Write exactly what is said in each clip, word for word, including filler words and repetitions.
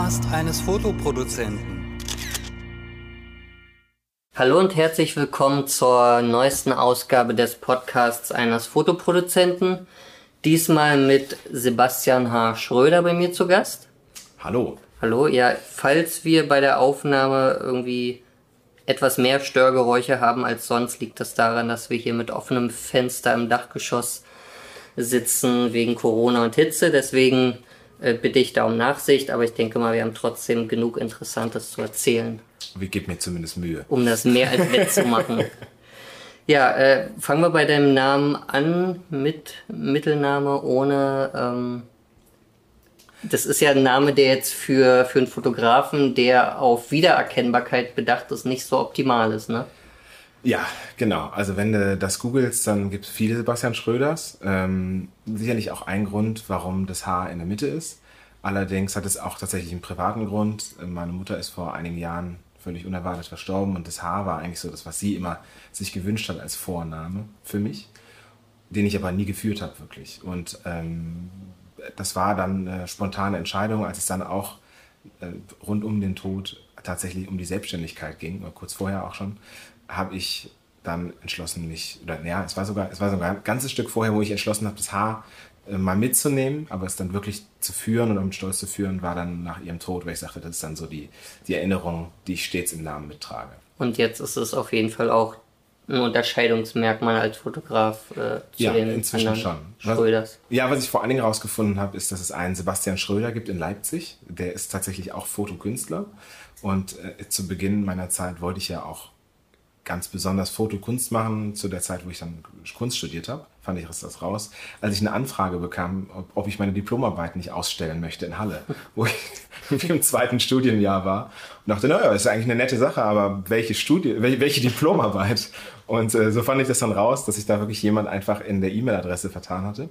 Podcast eines Fotoproduzenten. Hallo und herzlich willkommen zur neuesten Ausgabe des Podcasts eines Fotoproduzenten. Diesmal mit Sebastian H. Schröder bei mir zu Gast. Hallo. Hallo, ja, falls wir bei der Aufnahme irgendwie etwas mehr Störgeräusche haben als sonst, liegt das daran, dass wir hier mit offenem Fenster im Dachgeschoss sitzen wegen Corona und Hitze. Deswegen äh, bitte ich da um Nachsicht, aber ich denke mal, wir haben trotzdem genug Interessantes zu erzählen. Wir geben mir zumindest Mühe. Um das mehr als wettzumachen. Ja, äh, fangen wir bei deinem Namen an, mit Mittelname, ohne... Ähm, das ist ja ein Name, der jetzt für, für einen Fotografen, der auf Wiedererkennbarkeit bedacht ist, nicht so optimal ist, ne? Ja, genau. Also wenn du das googelst, dann gibt es viele Sebastian Schröders. Ähm, sicherlich auch ein Grund, warum das H in der Mitte ist. Allerdings hat es auch tatsächlich einen privaten Grund. Meine Mutter ist vor einigen Jahren völlig unerwartet verstorben und das H war eigentlich so das, was sie immer sich gewünscht hat als Vorname für mich, den ich aber nie geführt habe wirklich. Und ähm, das war dann eine spontane Entscheidung, als es dann auch äh, rund um den Tod tatsächlich um die Selbstständigkeit ging, oder kurz vorher auch schon, habe ich dann entschlossen, mich, oder ja, es war sogar, es war sogar ein ganzes Stück vorher, wo ich entschlossen habe, das H äh, mal mitzunehmen, aber es dann wirklich zu führen und mit Stolz zu führen, war dann nach ihrem Tod, weil ich sagte, das ist dann so die, die Erinnerung, die ich stets im Namen mittrage. Und jetzt ist es auf jeden Fall auch ein Unterscheidungsmerkmal als Fotograf äh, zu ja, den inzwischen anderen schon. Schröders. Was, ja, was ich vor allen Dingen herausgefunden habe, ist, dass es einen Sebastian Schröder gibt in Leipzig. Der ist tatsächlich auch Fotokünstler. Und äh, zu Beginn meiner Zeit wollte ich ja auch ganz besonders Fotokunst machen. Zu der Zeit, wo ich dann Kunst studiert habe, fand ich das raus. Als ich eine Anfrage bekam, ob, ob ich meine Diplomarbeit nicht ausstellen möchte in Halle, wo ich im zweiten Studienjahr war und dachte, naja, das ist eigentlich eine nette Sache, aber welche Studie, welche, welche Diplomarbeit? Und äh, so fand ich das dann raus, dass sich da wirklich jemand einfach in der E-Mail-Adresse vertan hatte.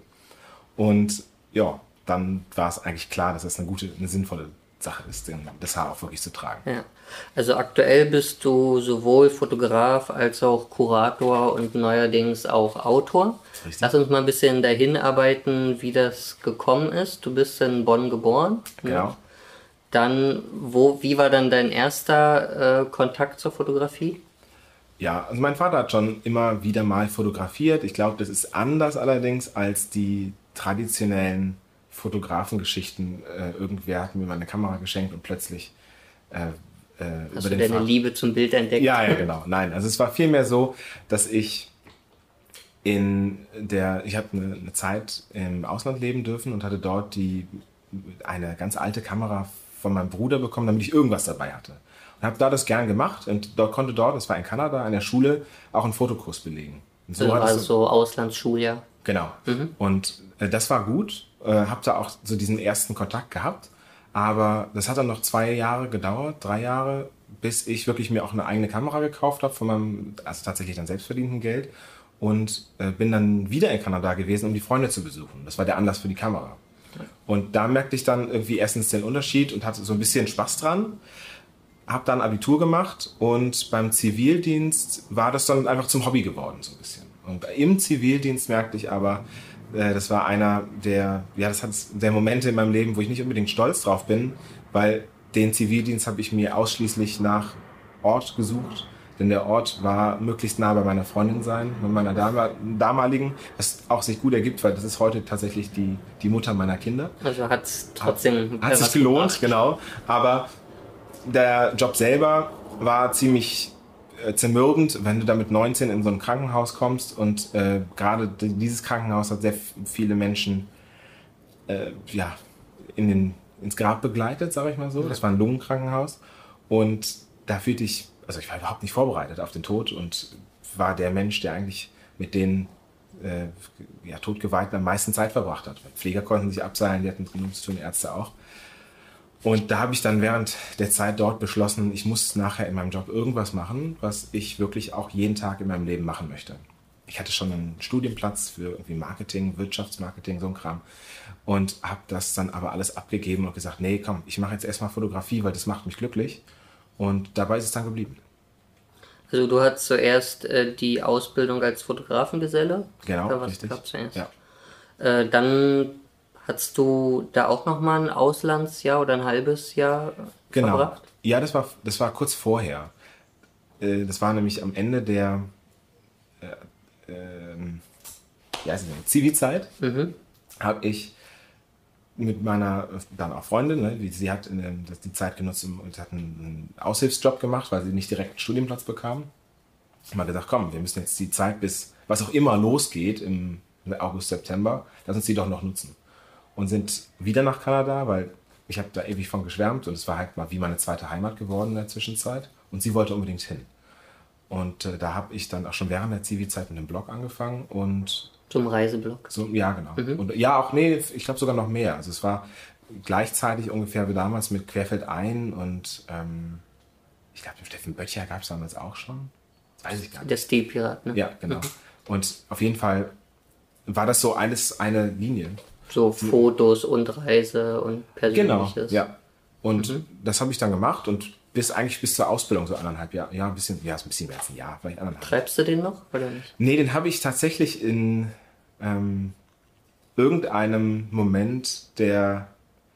Und ja, dann war es eigentlich klar, dass das eine gute, eine sinnvolle Sache ist, das Haar auch wirklich zu tragen. Ja. Also aktuell bist du sowohl Fotograf als auch Kurator und neuerdings auch Autor. Richtig. Lass uns mal ein bisschen dahin arbeiten, wie das gekommen ist. Du bist in Bonn geboren. Genau. Ne? Dann, wo, wie war dann dein erster äh, Kontakt zur Fotografie? Ja, also mein Vater hat schon immer wieder mal fotografiert. Ich glaube, das ist anders allerdings als die traditionellen Fotografengeschichten. Äh, irgendwer hat mir mal eine Kamera geschenkt und plötzlich äh, äh, Hast über du den deine Fach- Liebe zum Bild entdeckt? Ja, ja, genau. Nein, also es war vielmehr so, dass ich in der, ich habe eine, eine Zeit im Ausland leben dürfen und hatte dort die, eine ganz alte Kamera von meinem Bruder bekommen, damit ich irgendwas dabei hatte. Und habe da das gern gemacht und dort konnte dort, das war in Kanada, an der Schule, auch einen Fotokurs belegen. Und So, hat es also so Auslandsschuljahr. Genau. Mhm. Und äh, das war gut. Äh, habe da auch so diesen ersten Kontakt gehabt. Aber das hat dann noch zwei Jahre gedauert, drei Jahre, bis ich wirklich mir auch eine eigene Kamera gekauft habe von meinem, also tatsächlich dann selbstverdienten Geld. Und äh, bin dann wieder in Kanada gewesen, um die Freunde zu besuchen. Das war der Anlass für die Kamera. Und da merkte ich dann irgendwie erstens den Unterschied und hatte so ein bisschen Spaß dran. Habe dann Abitur gemacht und beim Zivildienst war das dann einfach zum Hobby geworden, so ein bisschen. Und im Zivildienst merkte ich aber, äh, das war einer der, ja, das hat der Momente in meinem Leben, wo ich nicht unbedingt stolz drauf bin, weil den Zivildienst habe ich mir ausschließlich nach Ort gesucht. Denn der Ort war möglichst nah bei meiner Freundin sein, bei meiner damaligen, was auch sich gut ergibt, weil das ist heute tatsächlich die, die Mutter meiner Kinder. Also hat es trotzdem... Hat, hat sich gelohnt, gebracht. Genau. Aber der Job selber war ziemlich äh, zermürbend, wenn du da mit neunzehn in so ein Krankenhaus kommst und äh, gerade dieses Krankenhaus hat sehr viele Menschen äh, ja, in den, ins Grab begleitet, sage ich mal so. Das war ein Lungenkrankenhaus und da fühlte ich, also ich war überhaupt nicht vorbereitet auf den Tod und war der Mensch, der eigentlich mit den äh, ja, Todgeweihten am meisten Zeit verbracht hat. Pfleger konnten sich abseilen, die hatten genug zu tun, Ärzte auch. Und da habe ich dann während der Zeit dort beschlossen, ich muss nachher in meinem Job irgendwas machen, was ich wirklich auch jeden Tag in meinem Leben machen möchte. Ich hatte schon einen Studienplatz für irgendwie Marketing, Wirtschaftsmarketing, so ein Kram. Und habe das dann aber alles abgegeben und gesagt, nee, komm, ich mache jetzt erstmal Fotografie, weil das macht mich glücklich. Und dabei ist es dann geblieben. Also du hattest zuerst äh, die Ausbildung als Fotografengeselle? Genau, oder was richtig. gab's zuerst? Ja. Äh, dann Hattest du da auch nochmal ein Auslandsjahr oder ein halbes Jahr Genau. verbracht? Ja, das war, das war kurz vorher. Äh, Das war nämlich am Ende der äh, ähm, wie heißt es denn? Zivi-Zeit. Mhm. Habe ich mit meiner dann auch Freundin, ne, wie sie hat in, der- das- die Zeit genutzt und hat einen, einen Aushilfsjob gemacht, weil sie nicht direkt einen Studienplatz bekam. Mal gesagt, komm, wir müssen jetzt die Zeit bis was auch immer losgeht im August, September, lass uns die doch noch nutzen. Und sind wieder nach Kanada, weil ich habe da ewig von geschwärmt und es war halt mal wie meine zweite Heimat geworden in der Zwischenzeit. Und sie wollte unbedingt hin. Und äh, da habe ich dann auch schon während der Zivi-Zeit mit einem Blog angefangen und Zum Reiseblog. so, ja, genau. Und ja, auch, nee, ich glaube sogar noch mehr. Also es war gleichzeitig ungefähr wie damals mit Querfeldein und ähm, ich glaube, den Steffen Böttcher gab es damals auch schon. Das weiß ich gar nicht. Der Stilpirat, ne? Ja, genau. Und auf jeden Fall war das so alles eine Linie. So Fotos und Reise und Genau, Persönliches. ja. Und das habe ich dann gemacht und bis eigentlich bis zur Ausbildung, so anderthalb Jahre, ja, ein bisschen, ja, so ein bisschen mehr als ein Jahr, vielleicht anderthalb. Treibst du den noch oder nicht? Nee, den habe ich tatsächlich in ähm, irgendeinem Moment der,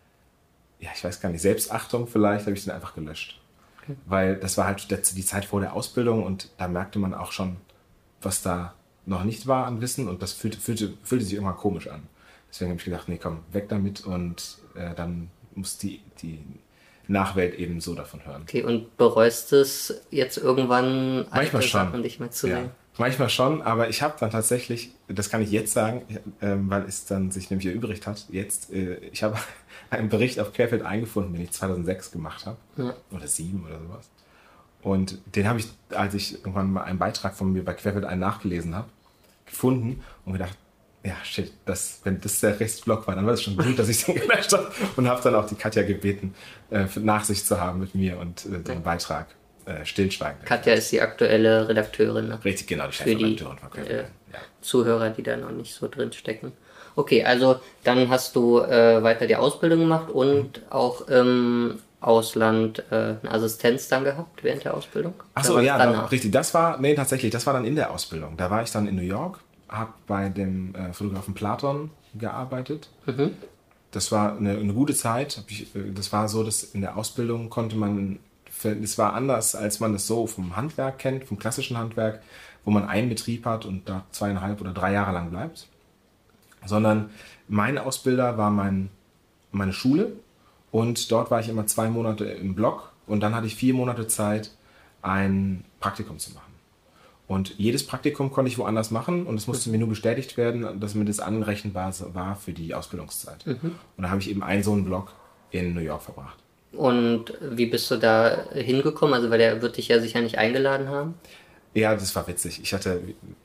ja, ich weiß gar nicht, Selbstachtung vielleicht, habe ich den einfach gelöscht. Okay. Weil das war halt die Zeit vor der Ausbildung und da merkte man auch schon, was da noch nicht war an Wissen und das fühlte, fühlte, fühlte sich irgendwann komisch an. Deswegen habe ich gedacht, nee, komm, weg damit und äh, dann muss die, die Nachwelt eben so davon hören. Okay, und bereust es jetzt irgendwann Manchmal alte schon. Sachen nicht mehr zu Ja, nehmen? manchmal schon, aber ich habe dann tatsächlich, das kann ich jetzt sagen, ähm, weil es dann sich nämlich erübrigt hat, jetzt, äh, ich habe einen Bericht auf Querfeld eingefunden, den ich zweitausendsechs gemacht habe, Ja. oder sieben oder sowas. Und den habe ich, als ich irgendwann mal einen Beitrag von mir bei Querfeld ein nachgelesen habe, gefunden und gedacht, ja, shit, das, wenn das der Rechtsblock war, dann war es schon gut, dass ich den gelöscht habe und habe dann auch die Katja gebeten, äh, Nachsicht zu haben mit mir und äh, den Beitrag äh, stillschweigen. Katja ist die aktuelle Redakteurin. Ne? Richtig, genau, die Für die Chefredakteurin von Querfeld. äh, Ja. Zuhörer, die da noch nicht so drin stecken. Okay, also dann hast du äh, weiter die Ausbildung gemacht und Mhm. auch im Ausland äh, eine Assistenz dann gehabt während der Ausbildung? Ach so, Oder ja, danach? da, richtig. Das war, nee, tatsächlich, das war dann in der Ausbildung. Da war ich dann in New York, habe bei dem äh, Fotografen Platon gearbeitet. Mhm. Das war eine, eine gute Zeit. Hab ich, äh, das war so, dass in der Ausbildung konnte man, es war anders, als man es so vom Handwerk kennt, vom klassischen Handwerk, wo man einen Betrieb hat und da zweieinhalb oder drei Jahre lang bleibt. Sondern mein Ausbilder war mein, meine Schule und dort war ich immer zwei Monate im Block und dann hatte ich vier Monate Zeit, ein Praktikum zu machen. Und jedes Praktikum konnte ich woanders machen und es musste mir nur bestätigt werden, dass mir das anrechenbar war für die Ausbildungszeit. Mhm. Und da habe ich eben einen so einen Block in New York verbracht. Und wie bist du da hingekommen? Also, weil der wird dich ja sicher nicht eingeladen haben. Ja, das war witzig. Ich hatte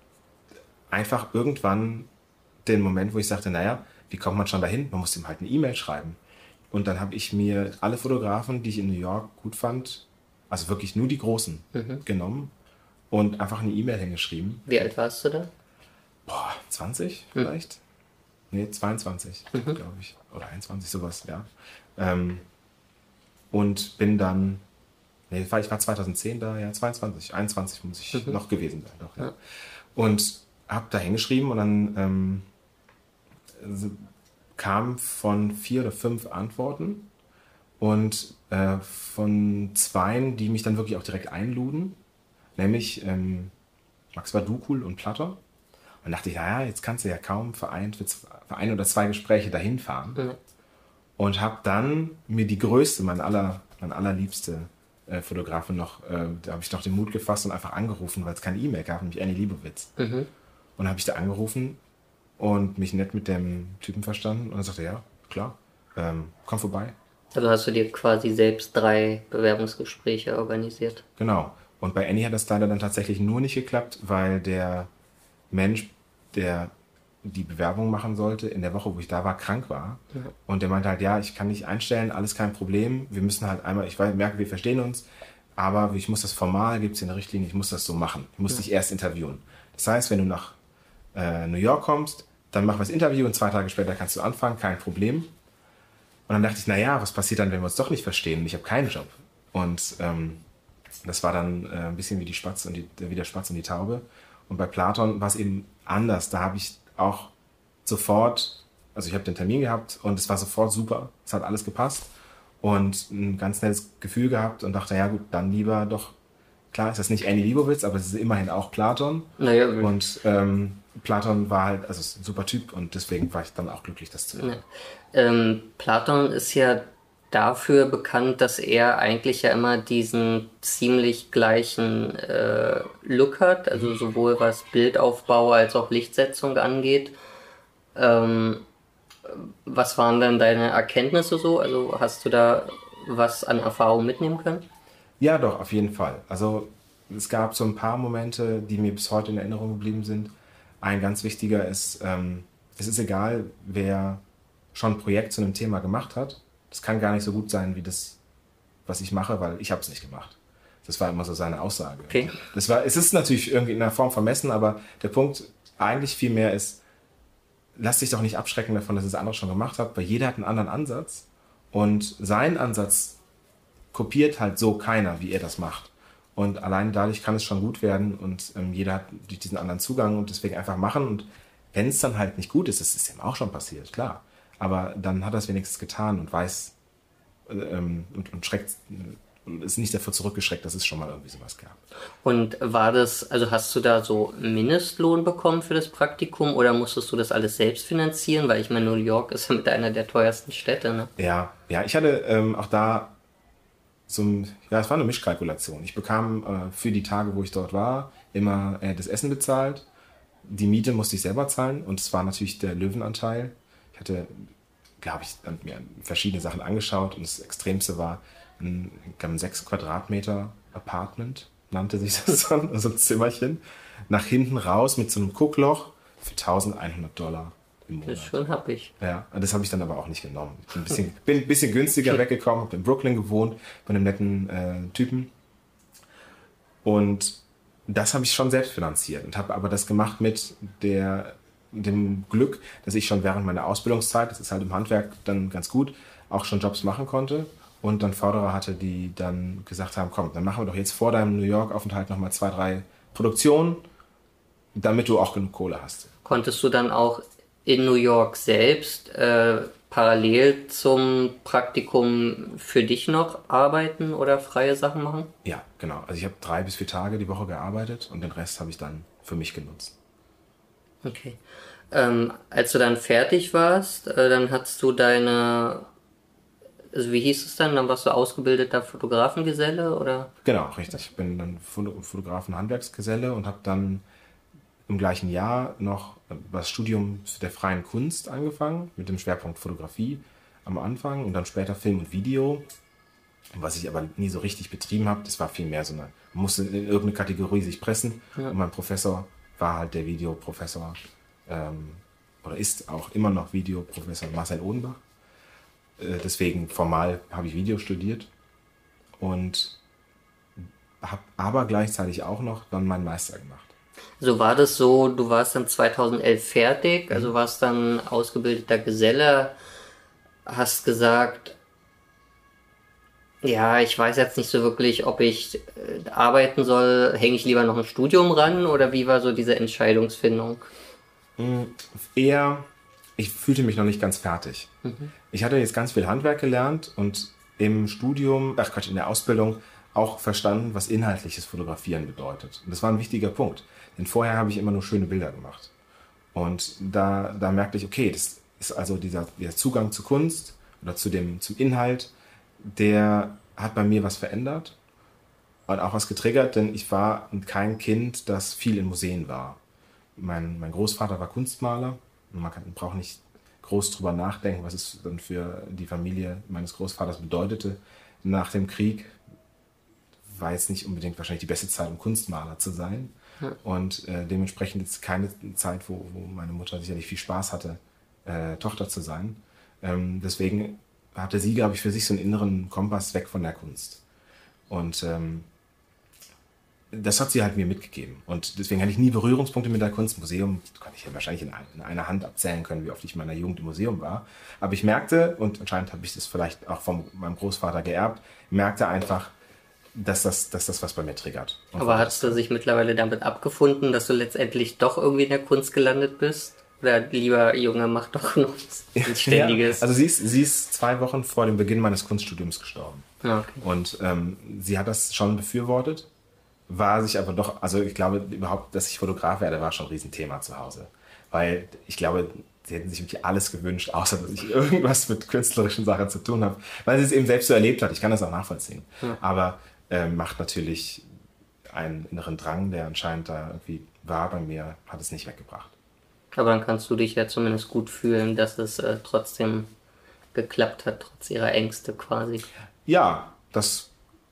einfach irgendwann den Moment, wo ich sagte, naja, wie kommt man schon dahin? Man muss ihm halt eine E-Mail schreiben. Und dann habe ich mir alle Fotografen, die ich in New York gut fand, also wirklich nur die Großen, mhm. genommen und einfach eine E-Mail hingeschrieben. Wie alt warst du da? Boah, zwanzig vielleicht? Mhm. Nee, zweiundzwanzig, mhm. glaube ich. Oder einundzwanzig, sowas, ja. Ähm, und bin dann, nee, ich war zweitausendzehn da, ja, zweiundzwanzig, einundzwanzig muss ich mhm. noch gewesen sein. Doch, ja. Ja. Und habe da hingeschrieben und dann ähm, kam von vier oder fünf Antworten und äh, von zweien, die mich dann wirklich auch direkt einluden, nämlich ähm, Max Wadukul und Platter. Und dachte ich, naja, jetzt kannst du ja kaum vereint für, für ein oder zwei Gespräche dahin fahren. Mhm. Und habe dann mir die größte, meine, aller, meine allerliebste äh, Fotografin noch, äh, da habe ich noch den Mut gefasst und einfach angerufen, weil es keine E-Mail gab, nämlich Annie Liebowitz. Mhm. Und habe ich da angerufen und mich nett mit dem Typen verstanden. Und er sagte, ja, klar, ähm, komm vorbei. Also hast du dir quasi selbst drei Bewerbungsgespräche organisiert? Genau. Und bei Annie hat das leider dann tatsächlich nur nicht geklappt, weil der Mensch, der die Bewerbung machen sollte, in der Woche, wo ich da war, krank war. Ja. Und der meinte halt, ja, ich kann nicht einstellen, alles kein Problem. Wir müssen halt einmal, ich merke, wir verstehen uns, aber ich muss das formal, gibt es in der Richtlinie, ich muss das so machen. Ich muss ja. dich erst interviewen. Das heißt, wenn du nach äh, New York kommst, dann machen wir das Interview und zwei Tage später kannst du anfangen, kein Problem. Und dann dachte ich, naja, was passiert dann, wenn wir uns doch nicht verstehen? Ich habe keinen Job. Und ähm, das war dann äh, ein bisschen wie, die Spatz und die, wie der Spatz und die Taube. Und bei Platon war es eben anders. Da habe ich auch sofort Also ich habe den Termin gehabt und es war sofort super. Es hat alles gepasst und ein ganz nettes Gefühl gehabt und dachte, ja gut, dann lieber doch, klar ist das nicht Annie Leibovitz, aber es ist immerhin auch Platon. Naja, und ähm, Platon war halt, also ist ein super Typ und deswegen war ich dann auch glücklich, das zu machen. Ja. Ähm, Platon ist ja dafür bekannt, dass er eigentlich ja immer diesen ziemlich gleichen äh, Look hat, also sowohl was Bildaufbau als auch Lichtsetzung angeht. Ähm, was waren denn deine Erkenntnisse so? Also hast du da was an Erfahrung mitnehmen können? Ja, doch, auf jeden Fall. Also es gab so ein paar Momente, die mir bis heute in Erinnerung geblieben sind. Ein ganz wichtiger ist, ähm, es ist egal, wer schon ein Projekt zu einem Thema gemacht hat. Das kann gar nicht so gut sein wie das, was ich mache, weil ich habe es nicht gemacht. Das war immer so seine Aussage. Okay. Das war, es ist natürlich irgendwie in einer Form vermessen, aber der Punkt eigentlich viel mehr ist, lass dich doch nicht abschrecken davon, dass es andere schon gemacht hat, weil jeder hat einen anderen Ansatz und seinen Ansatz kopiert halt so keiner, wie er das macht. Und allein dadurch kann es schon gut werden und ähm, jeder hat durch diesen anderen Zugang und deswegen einfach machen. Und wenn es dann halt nicht gut ist, das ist ihm auch schon passiert, klar. Aber dann hat er es wenigstens getan und weiß ähm, und, und schreckt und ist nicht davor zurückgeschreckt, dass es schon mal irgendwie sowas gab. Und war das, also hast du da so Mindestlohn bekommen für das Praktikum oder musstest du das alles selbst finanzieren? Weil ich meine, New York ist ja mit einer der teuersten Städte, ne? Ja, ja, ich hatte ähm, auch da so ein, ja, es war eine Mischkalkulation. Ich bekam äh, für die Tage, wo ich dort war, immer äh, das Essen bezahlt. Die Miete musste ich selber zahlen und es war natürlich der Löwenanteil. Ich hatte, glaube ich, mir verschiedene Sachen angeschaut und das Extremste war ein, ein sechs Quadratmeter Apartment, nannte sich das dann, also ein Zimmerchen, nach hinten raus mit so einem Guckloch für eintausendeinhundert Dollar im Monat. Das ist schon happig. Ja, das habe ich dann aber auch nicht genommen. Ich bin ein bisschen, bin ein bisschen günstiger weggekommen, habe in Brooklyn gewohnt, bei einem netten äh, Typen. Und das habe ich schon selbst finanziert und habe aber das gemacht mit der, dem Glück, dass ich schon während meiner Ausbildungszeit, das ist halt im Handwerk dann ganz gut, auch schon Jobs machen konnte und dann Förderer hatte, die dann gesagt haben, komm, dann machen wir doch jetzt vor deinem New York-Aufenthalt nochmal zwei, drei Produktionen, damit du auch genug Kohle hast. Konntest du dann auch in New York selbst äh, parallel zum Praktikum für dich noch arbeiten oder freie Sachen machen? Ja, genau. Also ich habe drei bis vier Tage die Woche gearbeitet und den Rest habe ich dann für mich genutzt. Okay. Ähm, als du dann fertig warst, äh, dann hattest du deine, also wie hieß es dann? Dann warst du ausgebildeter Fotografengeselle oder? Genau, richtig. Ich bin dann Fotografen-Handwerksgeselle und habe dann im gleichen Jahr noch das Studium der freien Kunst angefangen, mit dem Schwerpunkt Fotografie am Anfang und dann später Film und Video. Was ich aber nie so richtig betrieben habe, das war viel mehr so eine, man musste in irgendeine Kategorie sich pressen. Ja. Und mein Professor war halt der Videoprofessor ähm, oder ist auch immer noch Videoprofessor Marcel Odenbach. Äh, deswegen formal habe ich Video studiert und habe aber gleichzeitig auch noch dann meinen Meister gemacht. So war das so, du warst dann zweitausendelf fertig, also warst dann ausgebildeter Geselle, hast gesagt, ja, ich weiß jetzt nicht so wirklich, ob ich äh, arbeiten soll, hänge ich lieber noch ein Studium ran oder wie war so diese Entscheidungsfindung? Eher, ich fühlte mich noch nicht ganz fertig. Mhm. Ich hatte jetzt ganz viel Handwerk gelernt und im Studium, ach Quatsch, in der Ausbildung auch verstanden, was inhaltliches Fotografieren bedeutet. Und das war ein wichtiger Punkt. Denn vorher habe ich immer nur schöne Bilder gemacht. Und da, da merkte ich, okay, das ist also dieser, dieser Zugang zur Kunst oder zu dem, zum Inhalt, der hat bei mir was verändert und auch was getriggert, denn ich war kein Kind, das viel in Museen war. Mein, mein Großvater war Kunstmaler und man, kann, man braucht nicht groß drüber nachdenken, was es dann für die Familie meines Großvaters bedeutete. Nach dem Krieg war jetzt nicht unbedingt wahrscheinlich die beste Zeit, um Kunstmaler zu sein. Ja. Und äh, dementsprechend ist keine Zeit, wo, wo meine Mutter sicherlich viel Spaß hatte, äh, Tochter zu sein. Ähm, deswegen hatte sie, glaube ich, für sich so einen inneren Kompass weg von der Kunst. Und ähm, das hat sie halt mir mitgegeben. Und deswegen hatte ich nie Berührungspunkte mit der Kunst. Museum kann ich ja wahrscheinlich in, ein, in einer Hand abzählen können, wie oft ich in meiner Jugend im Museum war. Aber ich merkte, und anscheinend habe ich das vielleicht auch von meinem Großvater geerbt, merkte einfach, dass das, dass das was bei mir triggert. Und aber hast du sich mittlerweile damit abgefunden, dass du letztendlich doch irgendwie in der Kunst gelandet bist? Oder lieber Junge, mach doch noch was Ständiges. Ja, also sie ist, sie ist zwei Wochen vor dem Beginn meines Kunststudiums gestorben. Okay. Und ähm, sie hat das schon befürwortet, war sich aber doch, also ich glaube überhaupt, dass ich Fotograf werde, war schon ein Riesenthema zu Hause. Weil ich glaube, sie hätten sich wirklich alles gewünscht, außer dass ich irgendwas mit künstlerischen Sachen zu tun habe. Weil sie es eben selbst so erlebt hat. Ich kann das auch nachvollziehen. Ja. Aber äh, macht natürlich einen inneren Drang, der anscheinend da irgendwie war bei mir, hat es nicht weggebracht. Aber dann kannst du dich ja zumindest gut fühlen, dass es äh, trotzdem geklappt hat, trotz ihrer Ängste quasi. Ja, das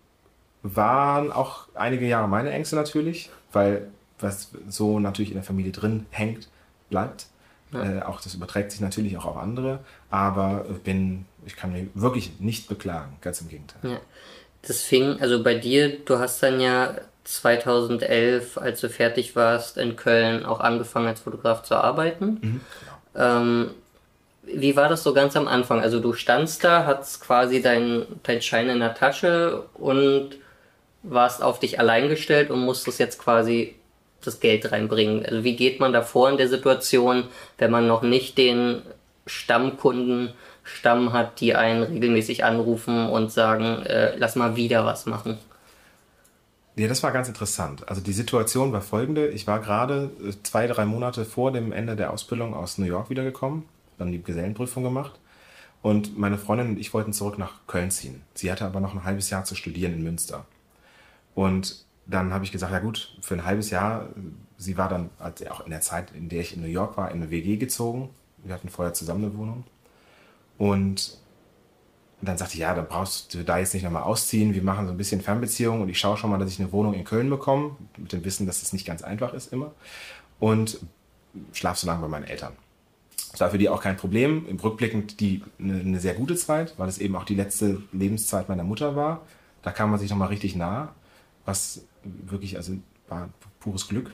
waren auch einige Jahre meine Ängste natürlich, weil was so natürlich in der Familie drin hängt, bleibt. Ja. Äh, auch das überträgt sich natürlich auch auf andere, aber bin, ich kann mich wirklich nicht beklagen, ganz im Gegenteil. Ja. Das fing, also bei dir, du hast dann ja zweitausendelf, als du fertig warst, in Köln auch angefangen als Fotograf zu arbeiten. Mhm, genau. ähm, wie war das so ganz am Anfang? Also du standst da, hattest quasi deinen dein Schein in der Tasche und warst auf dich allein gestellt und musstest jetzt quasi das Geld reinbringen. Also wie geht man da vor in der Situation, wenn man noch nicht den Stammkundenstamm hat, die einen regelmäßig anrufen und sagen, äh, lass mal wieder was machen? Ja, das war ganz interessant. Also die Situation war folgende. Ich war gerade zwei, drei Monate vor dem Ende der Ausbildung aus New York wiedergekommen, dann die Gesellenprüfung gemacht und meine Freundin und ich wollten zurück nach Köln ziehen. Sie hatte aber noch ein halbes Jahr zu studieren in Münster. Und dann habe ich gesagt, ja gut, für ein halbes Jahr, sie war dann also auch in der Zeit, in der ich in New York war, in eine W G gezogen. Wir hatten vorher zusammen eine Wohnung. Und dann sagte ich, ja, dann brauchst du da jetzt nicht nochmal ausziehen. Wir machen so ein bisschen Fernbeziehung und ich schaue schon mal, dass ich eine Wohnung in Köln bekomme, mit dem Wissen, dass es nicht ganz einfach ist immer. Und schlaf so lange bei meinen Eltern. Das war für die auch kein Problem. Im Rückblickend die eine, eine sehr gute Zeit, weil es eben auch die letzte Lebenszeit meiner Mutter war. Da kam man sich nochmal richtig nah, was wirklich, also war pures Glück.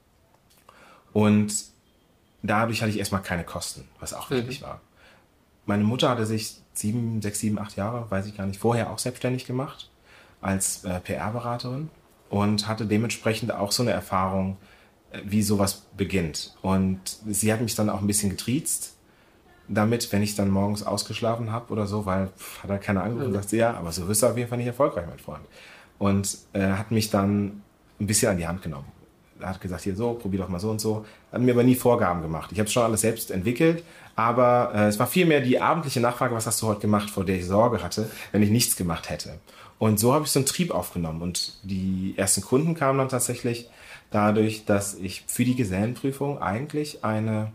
Und dadurch hatte ich erstmal keine Kosten, was auch wichtig mhm. war. Meine Mutter hatte sich sieben, sechs, sieben, acht Jahre, weiß ich gar nicht, vorher auch selbstständig gemacht als äh, P R-Beraterin und hatte dementsprechend auch so eine Erfahrung, äh, wie sowas beginnt. Und sie hat mich dann auch ein bisschen getriezt damit, wenn ich dann morgens ausgeschlafen habe oder so, weil pff, hat er keine angerufen und sagt sie, ja, aber so wirst du auf jeden Fall nicht erfolgreich, mein Freund. Und äh, hat mich dann ein bisschen an die Hand genommen. Er hat gesagt, hier so, probier doch mal so und so. Hat mir aber nie Vorgaben gemacht. Ich habe schon alles selbst entwickelt, aber äh, es war vielmehr die abendliche Nachfrage, was hast du heute gemacht, vor der ich Sorge hatte, wenn ich nichts gemacht hätte. Und so habe ich so einen Trieb aufgenommen. Und die ersten Kunden kamen dann tatsächlich dadurch, dass ich für die Gesellenprüfung eigentlich eine,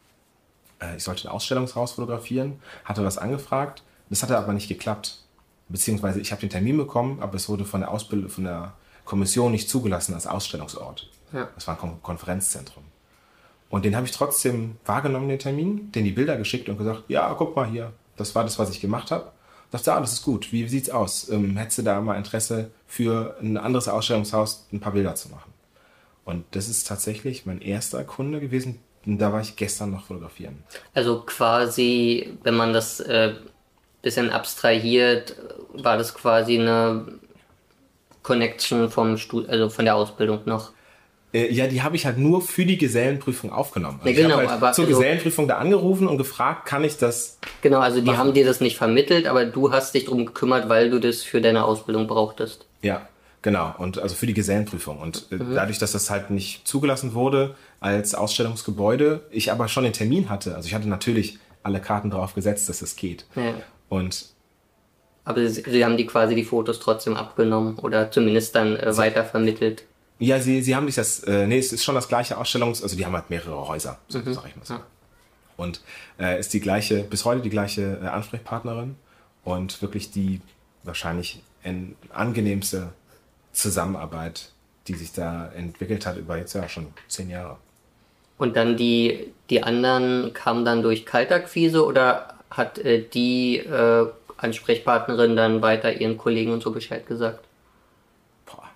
äh, ich sollte ein Ausstellungshaus fotografieren, hatte das angefragt. Das hatte aber nicht geklappt. Beziehungsweise ich habe den Termin bekommen, aber es wurde von der Ausbildung, von der Kommission nicht zugelassen als Ausstellungsort. Ja. Das war ein Kon- Konferenzzentrum. Und den habe ich trotzdem wahrgenommen, den Termin, denen die Bilder geschickt und gesagt, ja, guck mal hier, das war das, was ich gemacht habe. Dachte, ah, das ist gut, wie sieht's aus? Ähm, hättest du da mal Interesse für ein anderes Ausstellungshaus ein paar Bilder zu machen? Und das ist tatsächlich mein erster Kunde gewesen, und da war ich gestern noch fotografieren. Also quasi, wenn man das äh, bisschen abstrahiert, war das quasi eine Connection vom Stud- also von der Ausbildung noch. Äh, ja, die habe ich halt nur für die Gesellenprüfung aufgenommen. Also ja, genau, ich habe halt aber zur also, Gesellenprüfung da angerufen und gefragt, kann ich das Genau, also die machen? haben dir das nicht vermittelt, aber du hast dich darum gekümmert, weil du das für deine Ausbildung brauchtest. Ja, genau. Und also für die Gesellenprüfung. Und äh, mhm. dadurch, dass das halt nicht zugelassen wurde als Ausstellungsgebäude, ich aber schon den Termin hatte, also ich hatte natürlich alle Karten drauf gesetzt, dass es geht. Ja. Und aber sie, sie haben die quasi die Fotos trotzdem abgenommen oder zumindest dann äh, weiter vermittelt. Ja, sie, sie haben sich das, äh, nee, es ist schon das gleiche Ausstellungs-, also die haben halt mehrere Häuser, so, mhm. sag ich mal so. Ja. Und äh, ist die gleiche, bis heute die gleiche äh, Ansprechpartnerin und wirklich die wahrscheinlich en- angenehmste Zusammenarbeit, die sich da entwickelt hat über jetzt ja schon zehn Jahre. Und dann die, die anderen kamen dann durch Kaltakquise oder hat äh, die äh, Ansprechpartnerin dann weiter ihren Kollegen und so Bescheid gesagt? Boah.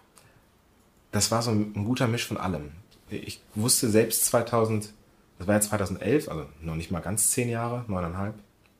Das war so ein, ein guter Misch von allem. Ich wusste selbst zweitausend, das war jetzt zweitausendelf, also noch nicht mal ganz zehn Jahre, neuneinhalb,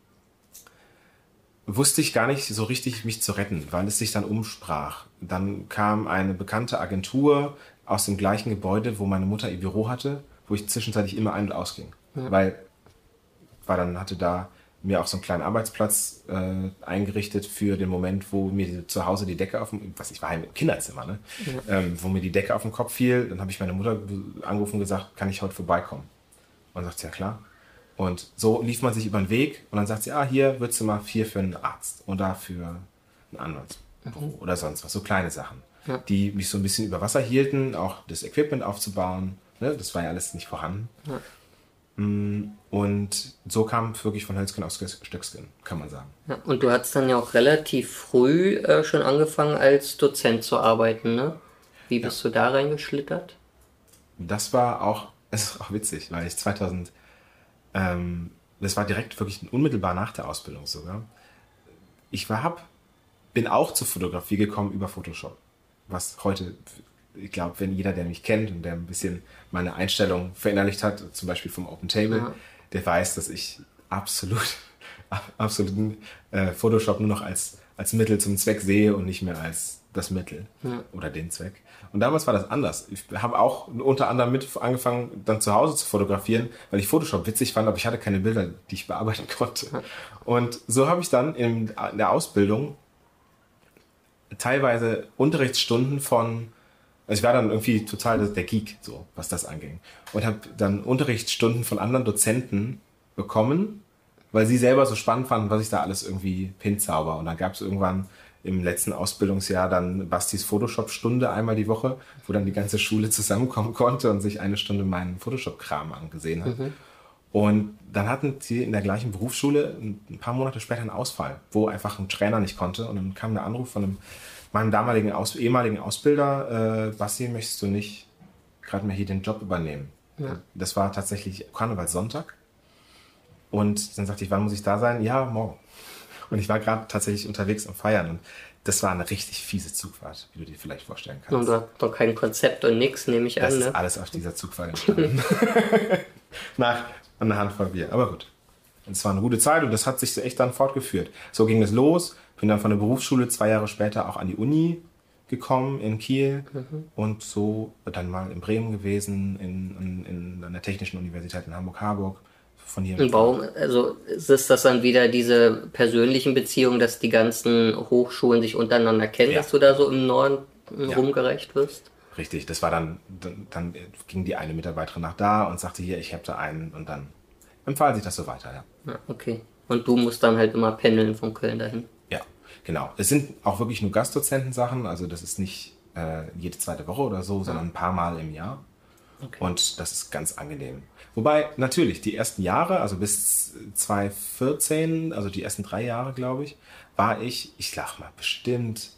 wusste ich gar nicht so richtig, mich zu retten, weil es sich dann umsprach. Dann kam eine bekannte Agentur aus dem gleichen Gebäude, wo meine Mutter ihr Büro hatte, wo ich zwischenzeitlich immer ein- und ausging. Ja. Weil war dann hatte da mir auch so einen kleinen Arbeitsplatz äh, eingerichtet für den Moment, wo mir die, zu Hause die Decke auf dem, was ich war im Kinderzimmer, ne? Ja. Ähm, wo mir die Decke auf den Kopf fiel. Dann habe ich meine Mutter angerufen und gesagt, kann ich heute vorbeikommen? Und sagt sie, ja klar. Und so lief man sich über den Weg und dann sagt sie, ah, hier würdest du mal vier für einen Arzt und da für einen Anwaltsbüro mhm. oder sonst was, so kleine Sachen, ja. die mich so ein bisschen über Wasser hielten, auch das Equipment aufzubauen, ne? Das war ja alles nicht vorhanden. Ja. Und so kam wirklich von Hölzgen auf Stöcksken, kann man sagen. Ja, und du hast dann ja auch relativ früh äh, schon angefangen als Dozent zu arbeiten, ne? Wie bist ja. du da reingeschlittert? Das war auch, das ist auch witzig, weil ich zweitausend, ähm, das war direkt wirklich unmittelbar nach der Ausbildung sogar. Ich war, hab, bin auch zur Fotografie gekommen über Photoshop, was heute... Ich glaube, wenn jeder, der mich kennt und der ein bisschen meine Einstellung verinnerlicht hat, zum Beispiel vom Open Table, ja. der weiß, dass ich absolut, absolut äh, Photoshop nur noch als, als Mittel zum Zweck sehe und nicht mehr als das Mittel ja. oder den Zweck. Und damals war das anders. Ich habe auch unter anderem mit angefangen, dann zu Hause zu fotografieren, weil ich Photoshop witzig fand, aber ich hatte keine Bilder, die ich bearbeiten konnte. Ja. Und so habe ich dann in, in der Ausbildung teilweise Unterrichtsstunden von Also ich war dann irgendwie total der Geek, so was das anging. Und habe dann Unterrichtsstunden von anderen Dozenten bekommen, weil sie selber so spannend fanden, was ich da alles irgendwie hinzauber. Und dann gab es irgendwann im letzten Ausbildungsjahr dann Bastis Photoshop-Stunde einmal die Woche, wo dann die ganze Schule zusammenkommen konnte und sich eine Stunde meinen Photoshop-Kram angesehen hat. Mhm. Und dann hatten sie in der gleichen Berufsschule ein paar Monate später einen Ausfall, wo einfach ein Trainer nicht konnte. Und dann kam der Anruf von einem meinem damaligen Aus, ehemaligen Ausbilder, äh, Basti, möchtest du nicht gerade mal hier den Job übernehmen? Ja. Das war tatsächlich Karnevalssonntag. Und dann sagte ich, wann muss ich da sein? Ja, morgen. Und ich war gerade tatsächlich unterwegs am Feiern. Und das war eine richtig fiese Zugfahrt, wie du dir vielleicht vorstellen kannst. Und du hast doch kein Konzept und nix, nehme ich das an. Das ist ne? alles auf dieser Zugfahrt entstanden. Nach einer Handvoll Bier. Aber gut. Es war eine gute Zeit und das hat sich so echt dann fortgeführt. So ging es los. Bin dann von der Berufsschule zwei Jahre später auch an die Uni gekommen in Kiel mhm. und so dann mal in Bremen gewesen, in, in, in, an der Technischen Universität in Hamburg-Harburg. Von hier. Und warum, also ist das dann wieder diese persönlichen Beziehungen, dass die ganzen Hochschulen sich untereinander kennen, ja. dass du da so im Norden ja. rumgereicht wirst? Richtig, das war dann, dann, dann ging die eine Mitarbeiterin nach da und sagte hier, ich habe da einen und dann empfahl sich das so weiter, ja. Ja, okay. Und du musst dann halt immer pendeln von Köln dahin? Ja, genau. Es sind auch wirklich nur Gastdozentensachen, also das ist nicht äh, jede zweite Woche oder so, sondern ein paar Mal im Jahr. Okay. Und das ist ganz angenehm. Wobei, natürlich, die ersten Jahre, also bis zwanzig vierzehn, also die ersten drei Jahre, glaube ich, war ich, ich sag mal, bestimmt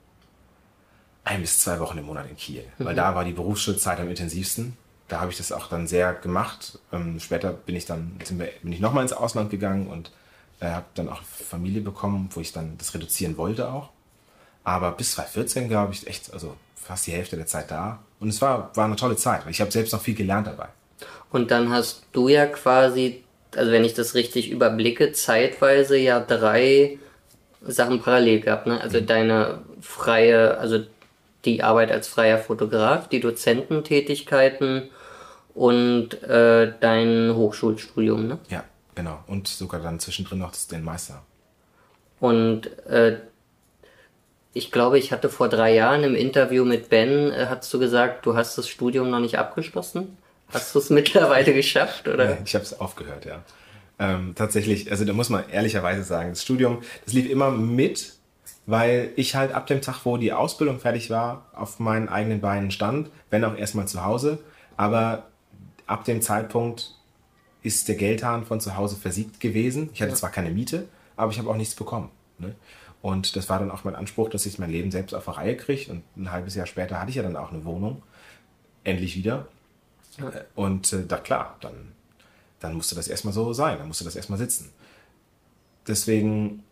ein bis zwei Wochen im Monat in Kiel. Mhm. Weil da war die Berufsschulzeit am intensivsten. Da habe ich das auch dann sehr gemacht. Ähm, später bin ich dann sind wir, bin ich nochmal ins Ausland gegangen und äh, habe dann auch Familie bekommen, wo ich dann das reduzieren wollte auch. Aber bis zwanzig vierzehn, glaube ich, echt, also fast die Hälfte der Zeit da. Und es war, war eine tolle Zeit, weil ich habe selbst noch viel gelernt dabei. Und dann hast du ja quasi, also wenn ich das richtig überblicke, zeitweise ja drei Sachen parallel gehabt, ne? Also mhm. deine freie, also die Arbeit als freier Fotograf, die Dozententätigkeiten und äh, dein Hochschulstudium, ne? Ja, genau. Und sogar dann zwischendrin noch den Meister. Und äh, ich glaube, ich hatte vor drei Jahren im Interview mit Ben, äh, hast du gesagt, du hast das Studium noch nicht abgeschlossen? Hast du es mittlerweile geschafft, oder? Ja, ich habe es aufgehört, ja. Ähm, tatsächlich, also da muss man ehrlicherweise sagen, das Studium, das lief immer mit, weil ich halt ab dem Tag, wo die Ausbildung fertig war, auf meinen eigenen Beinen stand, wenn auch erstmal zu Hause. Aber ab dem Zeitpunkt ist der Geldhahn von zu Hause versiegt gewesen. Ich hatte ja. zwar keine Miete, aber ich habe auch nichts bekommen. Ne? Und das war dann auch mein Anspruch, dass ich mein Leben selbst auf die Reihe kriege. Und ein halbes Jahr später hatte ich ja dann auch eine Wohnung. Endlich wieder. Ja. Und äh, da klar, dann, dann musste das erstmal so sein. Dann musste das erstmal sitzen. Deswegen,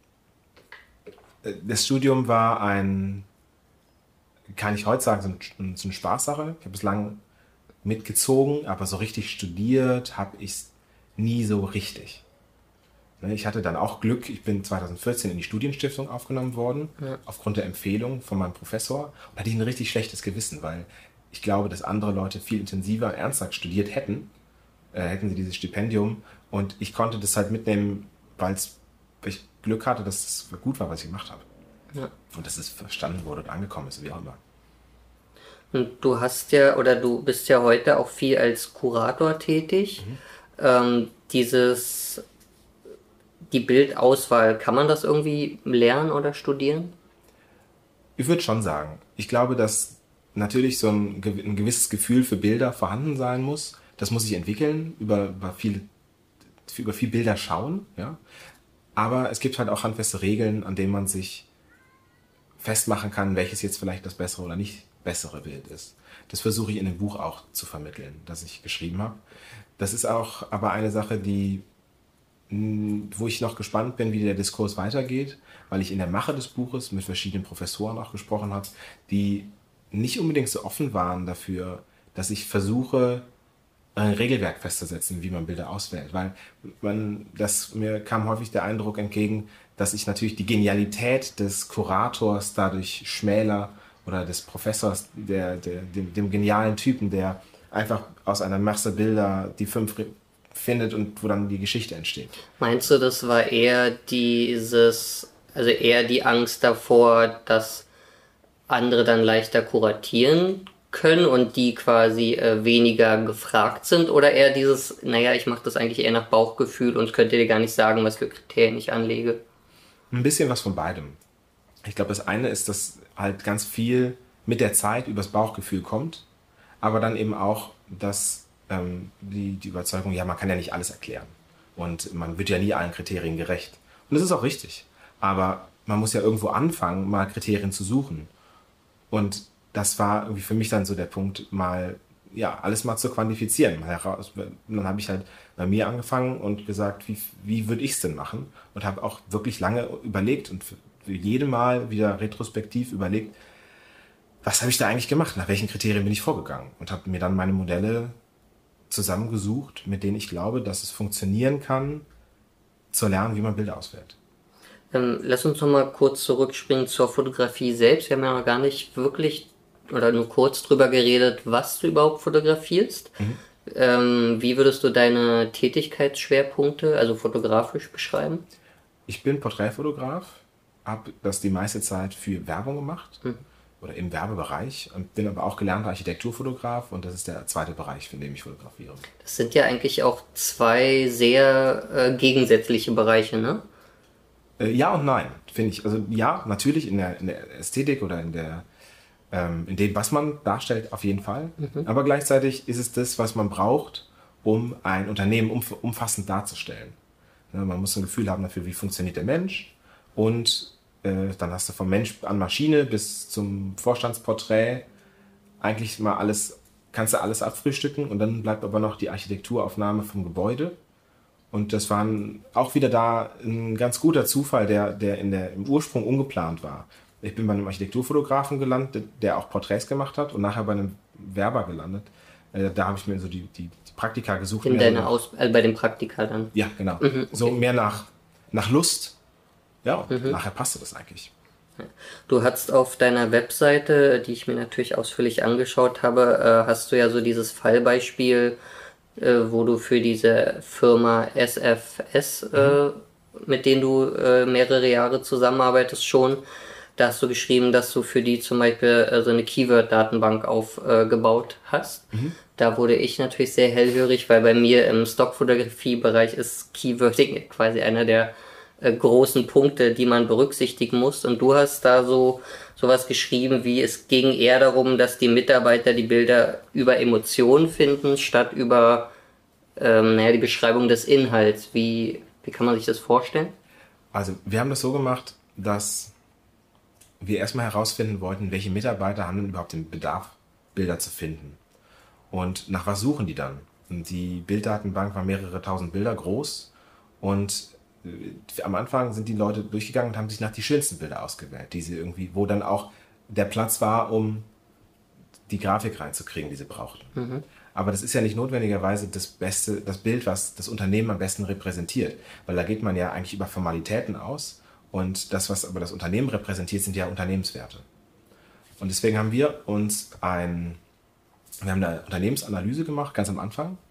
äh, das Studium war ein, kann ich heute sagen, so, ein, so eine Spaßsache. Ich habe es lange mitgezogen, aber so richtig studiert habe ich es nie so richtig. Ich hatte dann auch Glück, ich bin zwanzig vierzehn in die Studienstiftung aufgenommen worden, ja. aufgrund der Empfehlung von meinem Professor. Und hatte ich ein richtig schlechtes Gewissen, weil ich glaube, dass andere Leute viel intensiver, ernsthaft studiert hätten äh, hätten sie dieses Stipendium. Und ich konnte das halt mitnehmen, weil ich Glück hatte, dass es gut war, was ich gemacht habe. Ja. Und dass es verstanden wurde und angekommen ist, wie auch immer. Und du hast ja, oder du bist ja heute auch viel als Kurator tätig. Mhm. Ähm, dieses, die Bildauswahl, kann man das irgendwie lernen oder studieren? Ich würde schon sagen. Ich glaube, dass natürlich so ein, ein gewisses Gefühl für Bilder vorhanden sein muss. Das muss sich entwickeln, über, über, viel, über viel Bilder schauen. Ja? Aber es gibt halt auch handfeste Regeln, an denen man sich festmachen kann, welches jetzt vielleicht das bessere oder nicht bessere Bild ist. Das versuche ich in dem Buch auch zu vermitteln, das ich geschrieben habe. Das ist auch aber eine Sache, die, wo ich noch gespannt bin, wie der Diskurs weitergeht, weil ich in der Mache des Buches mit verschiedenen Professoren auch gesprochen habe, die nicht unbedingt so offen waren dafür, dass ich versuche, ein Regelwerk festzusetzen, wie man Bilder auswählt. Weil man, das, mir kam häufig der Eindruck entgegen, dass ich natürlich die Genialität des Kurators dadurch schmäler oder des Professors, der, der, dem, dem genialen Typen, der einfach aus einer Masse Bilder die fünf findet und wo dann die Geschichte entsteht. Meinst du, das war eher dieses, also eher die Angst davor, dass andere dann leichter kuratieren können und die quasi äh, weniger gefragt sind, oder eher dieses, naja, ich mache das eigentlich eher nach Bauchgefühl und könnte dir gar nicht sagen, was für Kriterien ich anlege? Ein bisschen was von beidem. Ich glaube, das eine ist, dass halt ganz viel mit der Zeit übers Bauchgefühl kommt, aber dann eben auch, dass ähm, die, die Überzeugung, ja, man kann ja nicht alles erklären und man wird ja nie allen Kriterien gerecht. Und das ist auch richtig, aber man muss ja irgendwo anfangen, mal Kriterien zu suchen. Und das war irgendwie für mich dann so der Punkt, mal ja alles mal zu quantifizieren. Dann habe ich halt bei mir angefangen und gesagt, wie, wie würde ich es denn machen? Und habe auch wirklich lange überlegt und für, für jede Mal wieder retrospektiv überlegt, was habe ich da eigentlich gemacht? Nach welchen Kriterien bin ich vorgegangen? Und habe mir dann meine Modelle zusammengesucht, mit denen ich glaube, dass es funktionieren kann, zu lernen, wie man Bilder auswählt. Ähm, lass uns noch mal kurz zurückspringen zur Fotografie selbst. Wir haben ja noch gar nicht wirklich oder nur kurz drüber geredet, was du überhaupt fotografierst. Mhm. Ähm, wie würdest du deine Tätigkeitsschwerpunkte, also fotografisch, beschreiben? Ich bin Porträtfotograf, habe das die meiste Zeit für Werbung gemacht mhm. oder im Werbebereich und bin aber auch gelernter Architekturfotograf und das ist der zweite Bereich, in dem ich fotografiere. Das sind ja eigentlich auch zwei sehr äh, gegensätzliche Bereiche, ne? Äh, ja und nein, finde ich. Also ja, natürlich in der, in der Ästhetik oder in der in dem, was man darstellt, auf jeden Fall. Mhm. Aber gleichzeitig ist es das, was man braucht, um ein Unternehmen umfassend darzustellen. Man muss ein Gefühl haben dafür, wie funktioniert der Mensch. Und äh, dann hast du vom Mensch an Maschine bis zum Vorstandsporträt eigentlich mal alles, kannst du alles abfrühstücken. Und dann bleibt aber noch die Architekturaufnahme vom Gebäude. Und das war auch wieder da ein ganz guter Zufall, der, der, in der im Ursprung ungeplant war. Ich bin bei einem Architekturfotografen gelandet, der auch Porträts gemacht hat und nachher bei einem Werber gelandet. Äh, da habe ich mir so die, die, die Praktika gesucht. In deiner Aus also bei dem Praktika dann? Ja, genau. Mhm, okay. So mehr nach, nach Lust. Ja, und mhm. nachher passte das eigentlich. Du hast auf deiner Webseite, die ich mir natürlich ausführlich angeschaut habe, äh, hast du ja so dieses Fallbeispiel, äh, wo du für diese Firma S F S, mhm. äh, mit denen du äh, mehrere Jahre zusammenarbeitest schon, da hast du geschrieben, dass du für die zum Beispiel äh, so eine Keyword-Datenbank aufgebaut äh, hast. Mhm. Da wurde ich natürlich sehr hellhörig, weil bei mir im Stockfotografie-Bereich ist Keywording quasi einer der äh, großen Punkte, die man berücksichtigen muss. Und du hast da so sowas geschrieben, wie es ging eher darum, dass die Mitarbeiter die Bilder über Emotionen finden, statt über ähm, naja, die Beschreibung des Inhalts. Wie, wie kann man sich das vorstellen? Also wir haben das so gemacht, dass wir erstmal herausfinden wollten, welche Mitarbeiter haben denn überhaupt den Bedarf, Bilder zu finden. Und nach was suchen die dann? Und die Bilddatenbank war mehrere tausend Bilder groß und am Anfang sind die Leute durchgegangen und haben sich nach die schönsten Bilder ausgewählt, die sie irgendwie, wo dann auch der Platz war, um die Grafik reinzukriegen, die sie brauchten. Mhm. Aber das ist ja nicht notwendigerweise das beste, das Bild, was das Unternehmen am besten repräsentiert, weil da geht man ja eigentlich über Formalitäten aus. Und das, was aber das Unternehmen repräsentiert, sind ja Unternehmenswerte. Und deswegen haben wir uns ein, wir haben eine Unternehmensanalyse gemacht, ganz am Anfang,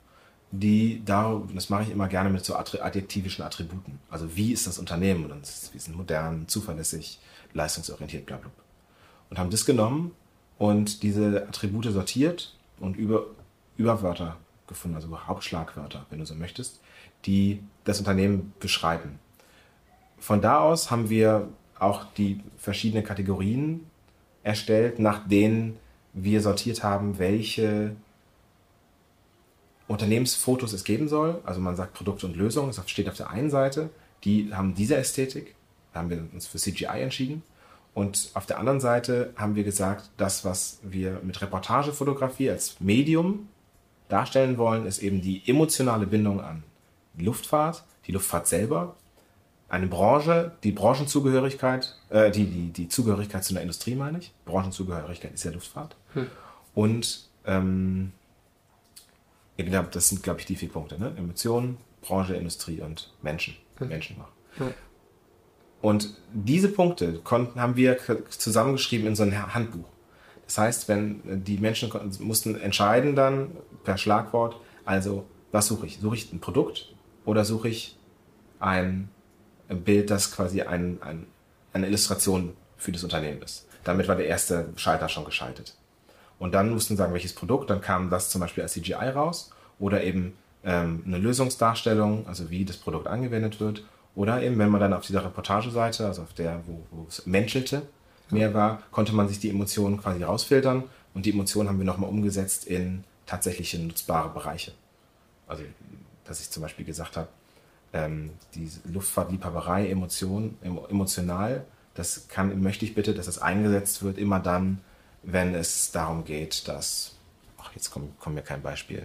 die da, das mache ich immer gerne mit so adjektivischen Attributen. Also wie ist das Unternehmen? Und wir sind modern, zuverlässig, leistungsorientiert, bla bla. Und haben das genommen und diese Attribute sortiert und über, Überwörter gefunden, also Hauptschlagwörter, wenn du so möchtest, die das Unternehmen beschreiben. Von da aus haben wir auch die verschiedenen Kategorien erstellt, nach denen wir sortiert haben, welche Unternehmensfotos es geben soll. Also man sagt Produkte und Lösungen, das steht auf der einen Seite. Die haben diese Ästhetik, da haben wir uns für C G I entschieden. Und auf der anderen Seite haben wir gesagt, das, was wir mit Reportagefotografie als Medium darstellen wollen, ist eben die emotionale Bindung an die Luftfahrt, die Luftfahrt selber, eine Branche, die Branchenzugehörigkeit, äh, die, die, die Zugehörigkeit zu einer Industrie, meine ich. Branchenzugehörigkeit ist ja Luftfahrt. Hm. Und ähm, ja, das sind, glaube ich, die vier Punkte. Ne? Emotionen, Branche, Industrie und Menschen. Hm. Menschen machen. Hm. Und diese Punkte konnten, haben wir zusammengeschrieben in so ein Handbuch. Das heißt, wenn die Menschen mussten entscheiden dann per Schlagwort, also was suche ich? Suche ich ein Produkt oder suche ich ein Bild, das quasi ein, ein, eine Illustration für das Unternehmen ist. Damit war der erste Schalter schon geschaltet. Und dann mussten sie sagen, welches Produkt, dann kam das zum Beispiel als C G I raus oder eben ähm, eine Lösungsdarstellung, also wie das Produkt angewendet wird. Oder eben, wenn man dann auf dieser Reportageseite, also auf der, wo, wo es menschelte, mehr war, konnte man sich die Emotionen quasi rausfiltern und die Emotionen haben wir nochmal umgesetzt in tatsächliche nutzbare Bereiche. Also, dass ich zum Beispiel gesagt habe, ähm, die Luftfahrtliebhaberei, Emotion, emotional, das kann, möchte ich bitte, dass das eingesetzt wird, immer dann, wenn es darum geht, dass, ach, jetzt kommt, kommt mir kein Beispiel,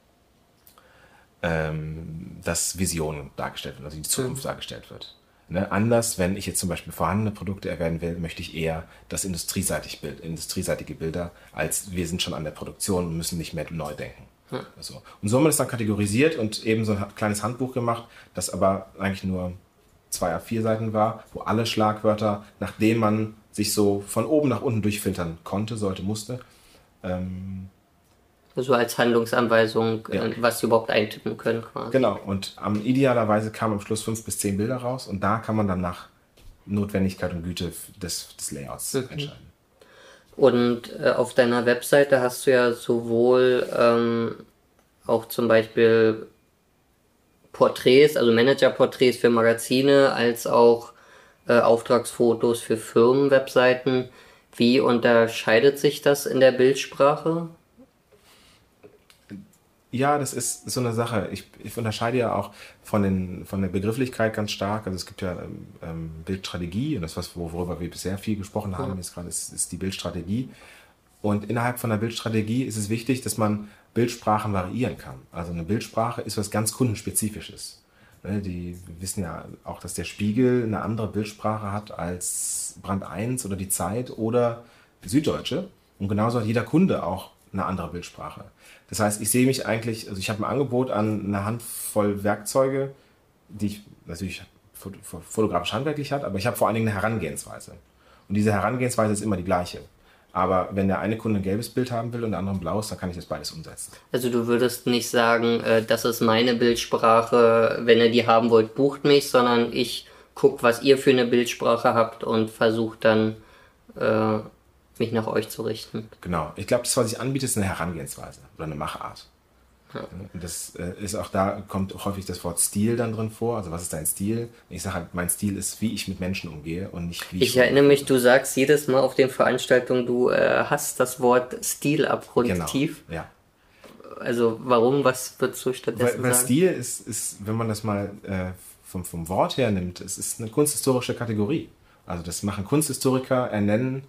ähm, dass Vision dargestellt wird, also die Zukunft mhm. dargestellt wird. Ne? Anders, wenn ich jetzt zum Beispiel vorhandene Produkte erwähnen will, möchte ich eher das industrieseitig Bild, industrieseitige Bilder, als wir sind schon an der Produktion und müssen nicht mehr neu denken. Mhm. Also. Und so haben wir das dann kategorisiert und eben so ein kleines Handbuch gemacht, das aber eigentlich nur zwei A vier Seiten war, wo alle Schlagwörter, nach denen man sich so von oben nach unten durchfiltern konnte, sollte, musste. Ähm, so als Handlungsanweisung, ja. Was sie überhaupt eintippen können quasi. Genau, und am, idealerweise kamen am Schluss fünf bis zehn Bilder raus und da kann man dann nach Notwendigkeit und Güte des, des Layouts mhm. entscheiden. Und äh, auf deiner Webseite hast du ja sowohl ähm, auch zum Beispiel Porträts, also Managerporträts für Magazine, als auch äh, Auftragsfotos für Firmenwebseiten. Wie unterscheidet sich das in der Bildsprache? Ja, das ist so eine Sache. Ich, ich unterscheide ja auch von, den, von der Begrifflichkeit ganz stark. Also es gibt ja ähm, Bildstrategie und das, was, worüber wir bisher viel gesprochen haben, ja. ist gerade ist, ist die Bildstrategie. Und innerhalb von der Bildstrategie ist es wichtig, dass man Bildsprachen variieren kann. Also eine Bildsprache ist was ganz Kundenspezifisches. Ne, die wir wissen ja auch, dass der Spiegel eine andere Bildsprache hat als Brand eins oder die Zeit oder Süddeutsche. Und genauso hat jeder Kunde auch eine andere Bildsprache. Das heißt, ich sehe mich eigentlich, also ich habe ein Angebot an eine Handvoll Werkzeuge, die ich natürlich fotografisch handwerklich hat, aber ich habe vor allen Dingen eine Herangehensweise. Und diese Herangehensweise ist immer die gleiche. Aber wenn der eine Kunde ein gelbes Bild haben will und der andere ein blaues, dann kann ich das beides umsetzen. Also du würdest nicht sagen, äh, das ist meine Bildsprache, wenn ihr die haben wollt, bucht mich, sondern ich gucke, was ihr für eine Bildsprache habt und versuche dann äh, mich nach euch zu richten. Genau. Ich glaube, das, was ich anbiete, ist eine Herangehensweise oder eine Machart. Ja. Und das äh, ist auch da, kommt häufig das Wort Stil dann drin vor. Also was ist dein Stil? Ich sage halt, mein Stil ist, wie ich mit Menschen umgehe und nicht wie ich... Ich erinnere mich, du sagst jedes Mal auf den Veranstaltungen, du äh, hast das Wort Stil aproduktiv. Genau, ja. Also warum, was würdest du stattdessen weil, weil sagen? Stil ist, ist, wenn man das mal äh, vom, vom Wort her nimmt, es ist eine kunsthistorische Kategorie. Also das machen Kunsthistoriker, ernennen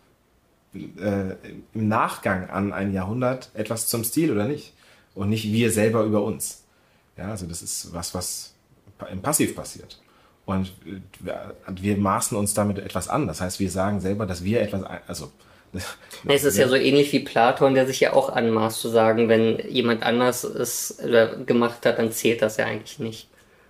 äh, im Nachgang an ein Jahrhundert etwas zum Stil oder nicht. Und nicht wir selber über uns. Ja, also das ist was, was im Passiv passiert. Und wir, wir maßen uns damit etwas an. Das heißt, wir sagen selber, dass wir etwas, also... Es ist ja so ähnlich wie Platon, der sich ja auch anmaßt zu sagen, wenn jemand anders es oder gemacht hat, dann zählt das ja eigentlich nicht.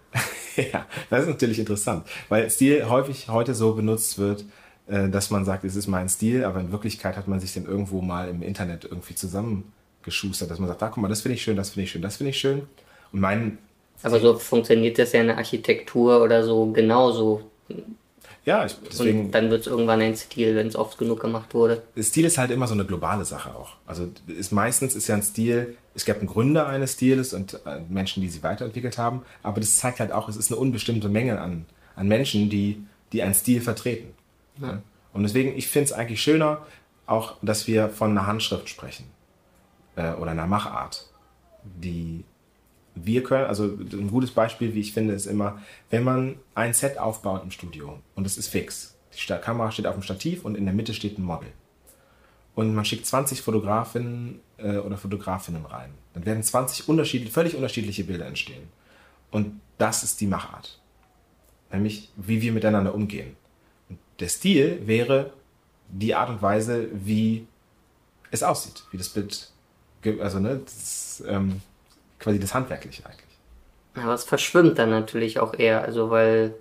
Ja, das ist natürlich interessant, weil Stil häufig heute so benutzt wird, dass man sagt, es ist mein Stil, aber in Wirklichkeit hat man sich den irgendwo mal im Internet irgendwie zusammengeschustert, dass man sagt, da guck mal, das finde ich schön, das finde ich schön, das finde ich schön. mein... Aber so funktioniert das ja in der Architektur oder so genauso. Ja, ich, deswegen... Und dann wird es irgendwann ein Stil, wenn es oft genug gemacht wurde. Stil ist halt immer so eine globale Sache auch. Also ist, meistens ist ja ein Stil, es gab einen Gründer eines Stils und äh, Menschen, die sie weiterentwickelt haben, aber das zeigt halt auch, es ist eine unbestimmte Menge an, an Menschen, die, die einen Stil vertreten. Ja. Ja. Und deswegen, ich finde es eigentlich schöner, auch, dass wir von einer Handschrift sprechen äh, oder einer Machart, die wir können, also ein gutes Beispiel, wie ich finde, ist immer, wenn man ein Set aufbaut im Studio und es ist fix, die Kamera steht auf dem Stativ und in der Mitte steht ein Model und man schickt zwanzig Fotografinnen äh, oder Fotografinnen rein, dann werden zwanzig unterschiedliche, völlig unterschiedliche Bilder entstehen und das ist die Machart, nämlich wie wir miteinander umgehen. Und der Stil wäre die Art und Weise, wie es aussieht, wie das Bild, also ne, das, ähm, quasi das Handwerkliche eigentlich. Aber es verschwimmt dann natürlich auch eher, also weil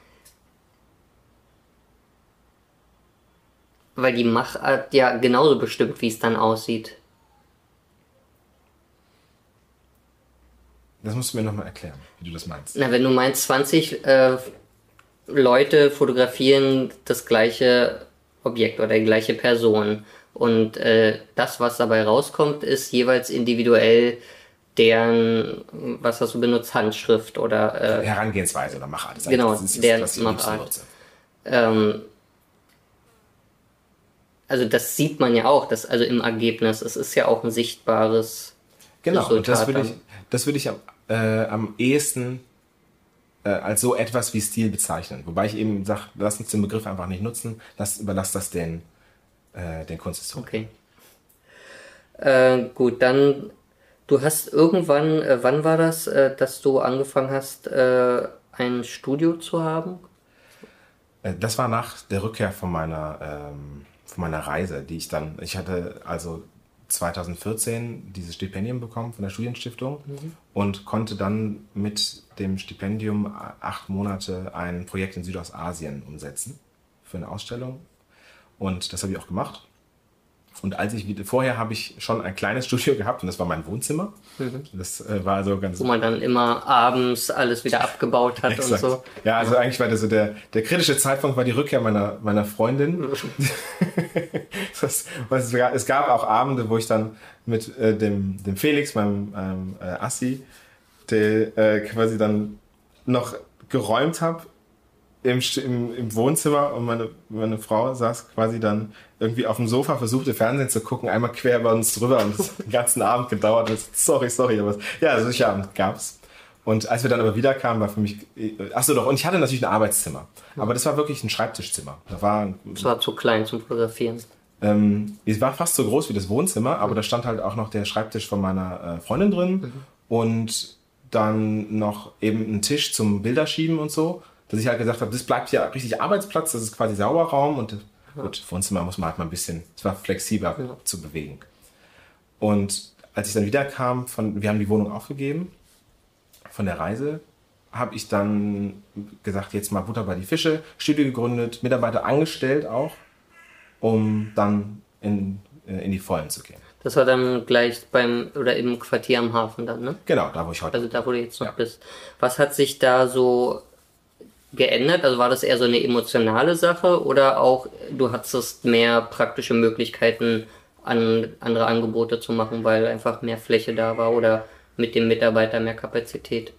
weil die Machart ja genauso bestimmt, wie es dann aussieht. Das musst du mir nochmal erklären, wie du das meinst. Na, wenn du meinst, zwanzig äh, Leute fotografieren das gleiche Objekt oder die gleiche Person und äh, das, was dabei rauskommt, ist jeweils individuell deren, was hast du benutzt, Handschrift oder... Äh, Herangehensweise oder Machart. Das genau, das ist, deren das, Machart. Ähm, also das sieht man ja auch, das, also im Ergebnis, es ist ja auch ein sichtbares genau, Resultat. Und das würde ich, das würde ich am, äh, am ehesten äh, als so etwas wie Stil bezeichnen. Wobei ich eben sage, lass uns den Begriff einfach nicht nutzen, lass, überlass das den, äh, den Kunsthistorikern. Okay. Äh, gut, dann... Du hast irgendwann, äh, wann war das, äh, dass du angefangen hast, äh, ein Studio zu haben? Das war nach der Rückkehr von meiner, ähm, von meiner Reise, die ich dann, ich hatte also zwanzig vierzehn dieses Stipendium bekommen von der Studienstiftung mhm. und konnte dann mit dem Stipendium acht Monate ein Projekt in Südostasien umsetzen für eine Ausstellung und das habe ich auch gemacht. Und als ich wieder, vorher habe ich schon ein kleines Studio gehabt und das war mein Wohnzimmer. Mhm. Das äh, war also ganz... Wo man dann immer abends alles wieder abgebaut hat und so. Ja, also eigentlich war das so der, der kritische Zeitpunkt war die Rückkehr meiner, meiner Freundin. das, es, es gab auch Abende, wo ich dann mit äh, dem, dem Felix, meinem ähm, äh, Assi, der äh, quasi dann noch geräumt habe im, im, im Wohnzimmer und meine, meine Frau saß quasi dann irgendwie auf dem Sofa, versuchte Fernsehen zu gucken, einmal quer über uns drüber und das den ganzen Abend gedauert. Sorry, sorry, aber ja, solche Abend gab's. Und als wir dann aber wieder kamen, war für mich, achso doch, und ich hatte natürlich ein Arbeitszimmer, aber das war wirklich ein Schreibtischzimmer. Das war, das war zu klein zum Fotografieren. Ähm, es war fast so groß wie das Wohnzimmer, aber mhm. da stand halt auch noch der Schreibtisch von meiner äh, Freundin drin mhm. und dann noch eben ein Tisch zum Bilderschieben und so, dass ich halt gesagt habe, das bleibt ja richtig Arbeitsplatz, das ist quasi Sauberraum und ja. gut, Wohnzimmer muss man halt mal ein bisschen, es war flexibler ja. zu bewegen. Und als ich dann wieder kam, von, wir haben die Wohnung aufgegeben von der Reise, habe ich dann gesagt, jetzt mal Butter bei die Fische, Studio gegründet, Mitarbeiter angestellt auch, um dann in, in die Vollen zu gehen. Das war dann gleich beim, oder im Quartier am Hafen dann, ne? Genau, da wo ich heute Also da, wo du jetzt noch ja. bist. Was hat sich da so geändert? Also war das eher so eine emotionale Sache oder auch du hattest mehr praktische Möglichkeiten, an andere Angebote zu machen, weil einfach mehr Fläche da war oder mit dem Mitarbeiter mehr Kapazität?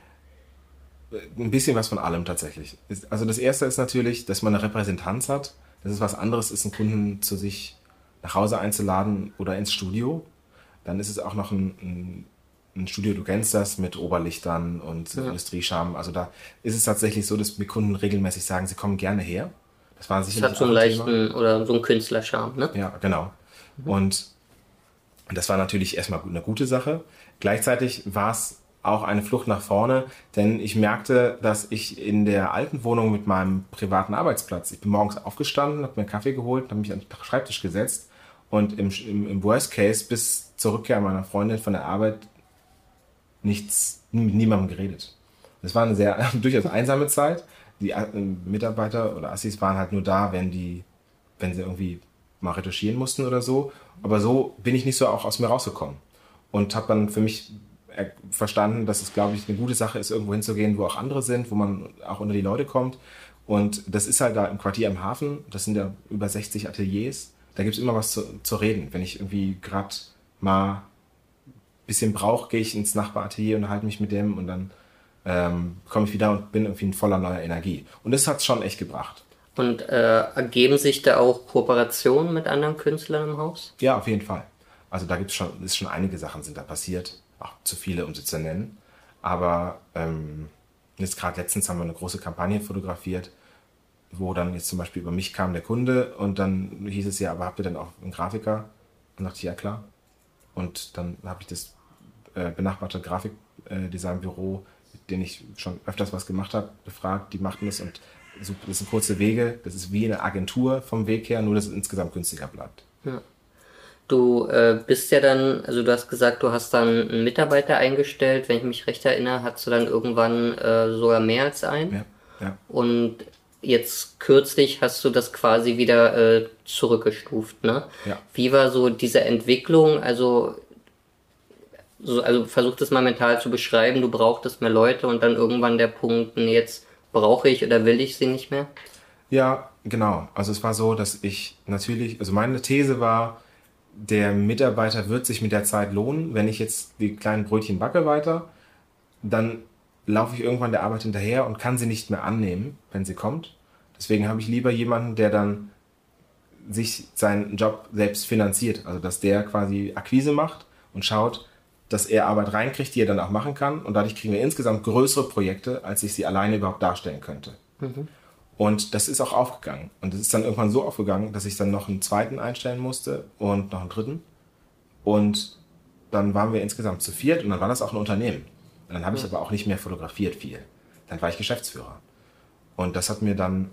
Ein bisschen was von allem tatsächlich. Also das Erste ist natürlich, dass man eine Repräsentanz hat. Das ist was anderes, ist einen Kunden zu sich nach Hause einzuladen oder ins Studio. Dann ist es auch noch ein, ein, ein Studio, du kennst das, mit Oberlichtern und ja. Industriescham. Also da ist es tatsächlich so, dass mir Kunden regelmäßig sagen, sie kommen gerne her. Das war sicherlich das hat so einen leichten Thema. Oder so einen Künstlerscharme, ne? Ja, genau. Mhm. Und das war natürlich erstmal eine gute Sache. Gleichzeitig war es auch eine Flucht nach vorne, denn ich merkte, dass ich in der alten Wohnung mit meinem privaten Arbeitsplatz, ich bin morgens aufgestanden, habe mir einen Kaffee geholt, habe mich an den Schreibtisch gesetzt und im, im, im Worst Case bis zur Rückkehr meiner Freundin von der Arbeit nichts, mit niemandem geredet. Das war eine sehr durchaus einsame Zeit. Die äh, Mitarbeiter oder Assis waren halt nur da, wenn die, wenn sie irgendwie mal retuschieren mussten oder so. Aber so bin ich nicht so auch aus mir rausgekommen und habe dann für mich verstanden, dass es, glaube ich, eine gute Sache ist, irgendwo hinzugehen, wo auch andere sind, wo man auch unter die Leute kommt. Und das ist halt da im Quartier am Hafen, das sind ja über sechzig Ateliers, da gibt es immer was zu, zu reden. Wenn ich irgendwie gerade mal ein bisschen brauche, gehe ich ins Nachbaratelier und halte mich mit dem und dann ähm, komme ich wieder und bin irgendwie voller neuer Energie. Und das hat es schon echt gebracht. Und äh, ergeben sich da auch Kooperationen mit anderen Künstlern im Haus? Ja, auf jeden Fall. Also da gibt's schon, ist schon einige Sachen sind da passiert, auch zu viele, um sie zu nennen. Aber ähm, jetzt gerade letztens haben wir eine große Kampagne fotografiert, wo dann jetzt zum Beispiel über mich kam der Kunde und dann hieß es ja, aber habt ihr denn auch einen Grafiker? Und dachte ich, ja klar. Und dann habe ich das äh, benachbarte Grafikdesignbüro, mit dem ich schon öfters was gemacht habe, gefragt, die machten das und so, das sind kurze Wege, das ist wie eine Agentur vom Weg her, nur dass es insgesamt günstiger bleibt. Ja. Du äh, bist ja dann, also du hast gesagt, du hast dann einen Mitarbeiter eingestellt, wenn ich mich recht erinnere, hast du dann irgendwann äh, sogar mehr als einen. Ja, ja. Und jetzt kürzlich hast du das quasi wieder äh, zurückgestuft, ne? Ja. Wie war so diese Entwicklung? Also, so, also versuch das mal mental zu beschreiben, du brauchtest mehr Leute und dann irgendwann der Punkt, nee, jetzt brauche ich oder will ich sie nicht mehr? Ja, genau. Also es war so, dass ich natürlich, also meine These war, der Mitarbeiter wird sich mit der Zeit lohnen. Wenn ich jetzt die kleinen Brötchen backe weiter, dann laufe ich irgendwann der Arbeit hinterher und kann sie nicht mehr annehmen, wenn sie kommt. Deswegen habe ich lieber jemanden, der dann sich seinen Job selbst finanziert. Also dass der quasi Akquise macht und schaut, dass er Arbeit reinkriegt, die er dann auch machen kann. Und dadurch kriegen wir insgesamt größere Projekte, als ich sie alleine überhaupt darstellen könnte. Mhm. Und das ist auch aufgegangen. Und es ist dann irgendwann so aufgegangen, dass ich dann noch einen zweiten einstellen musste und noch einen dritten. Und dann waren wir insgesamt zu viert und dann war das auch ein Unternehmen. Und dann habe ich aber auch nicht mehr fotografiert viel. Dann war ich Geschäftsführer. Und das hat mir dann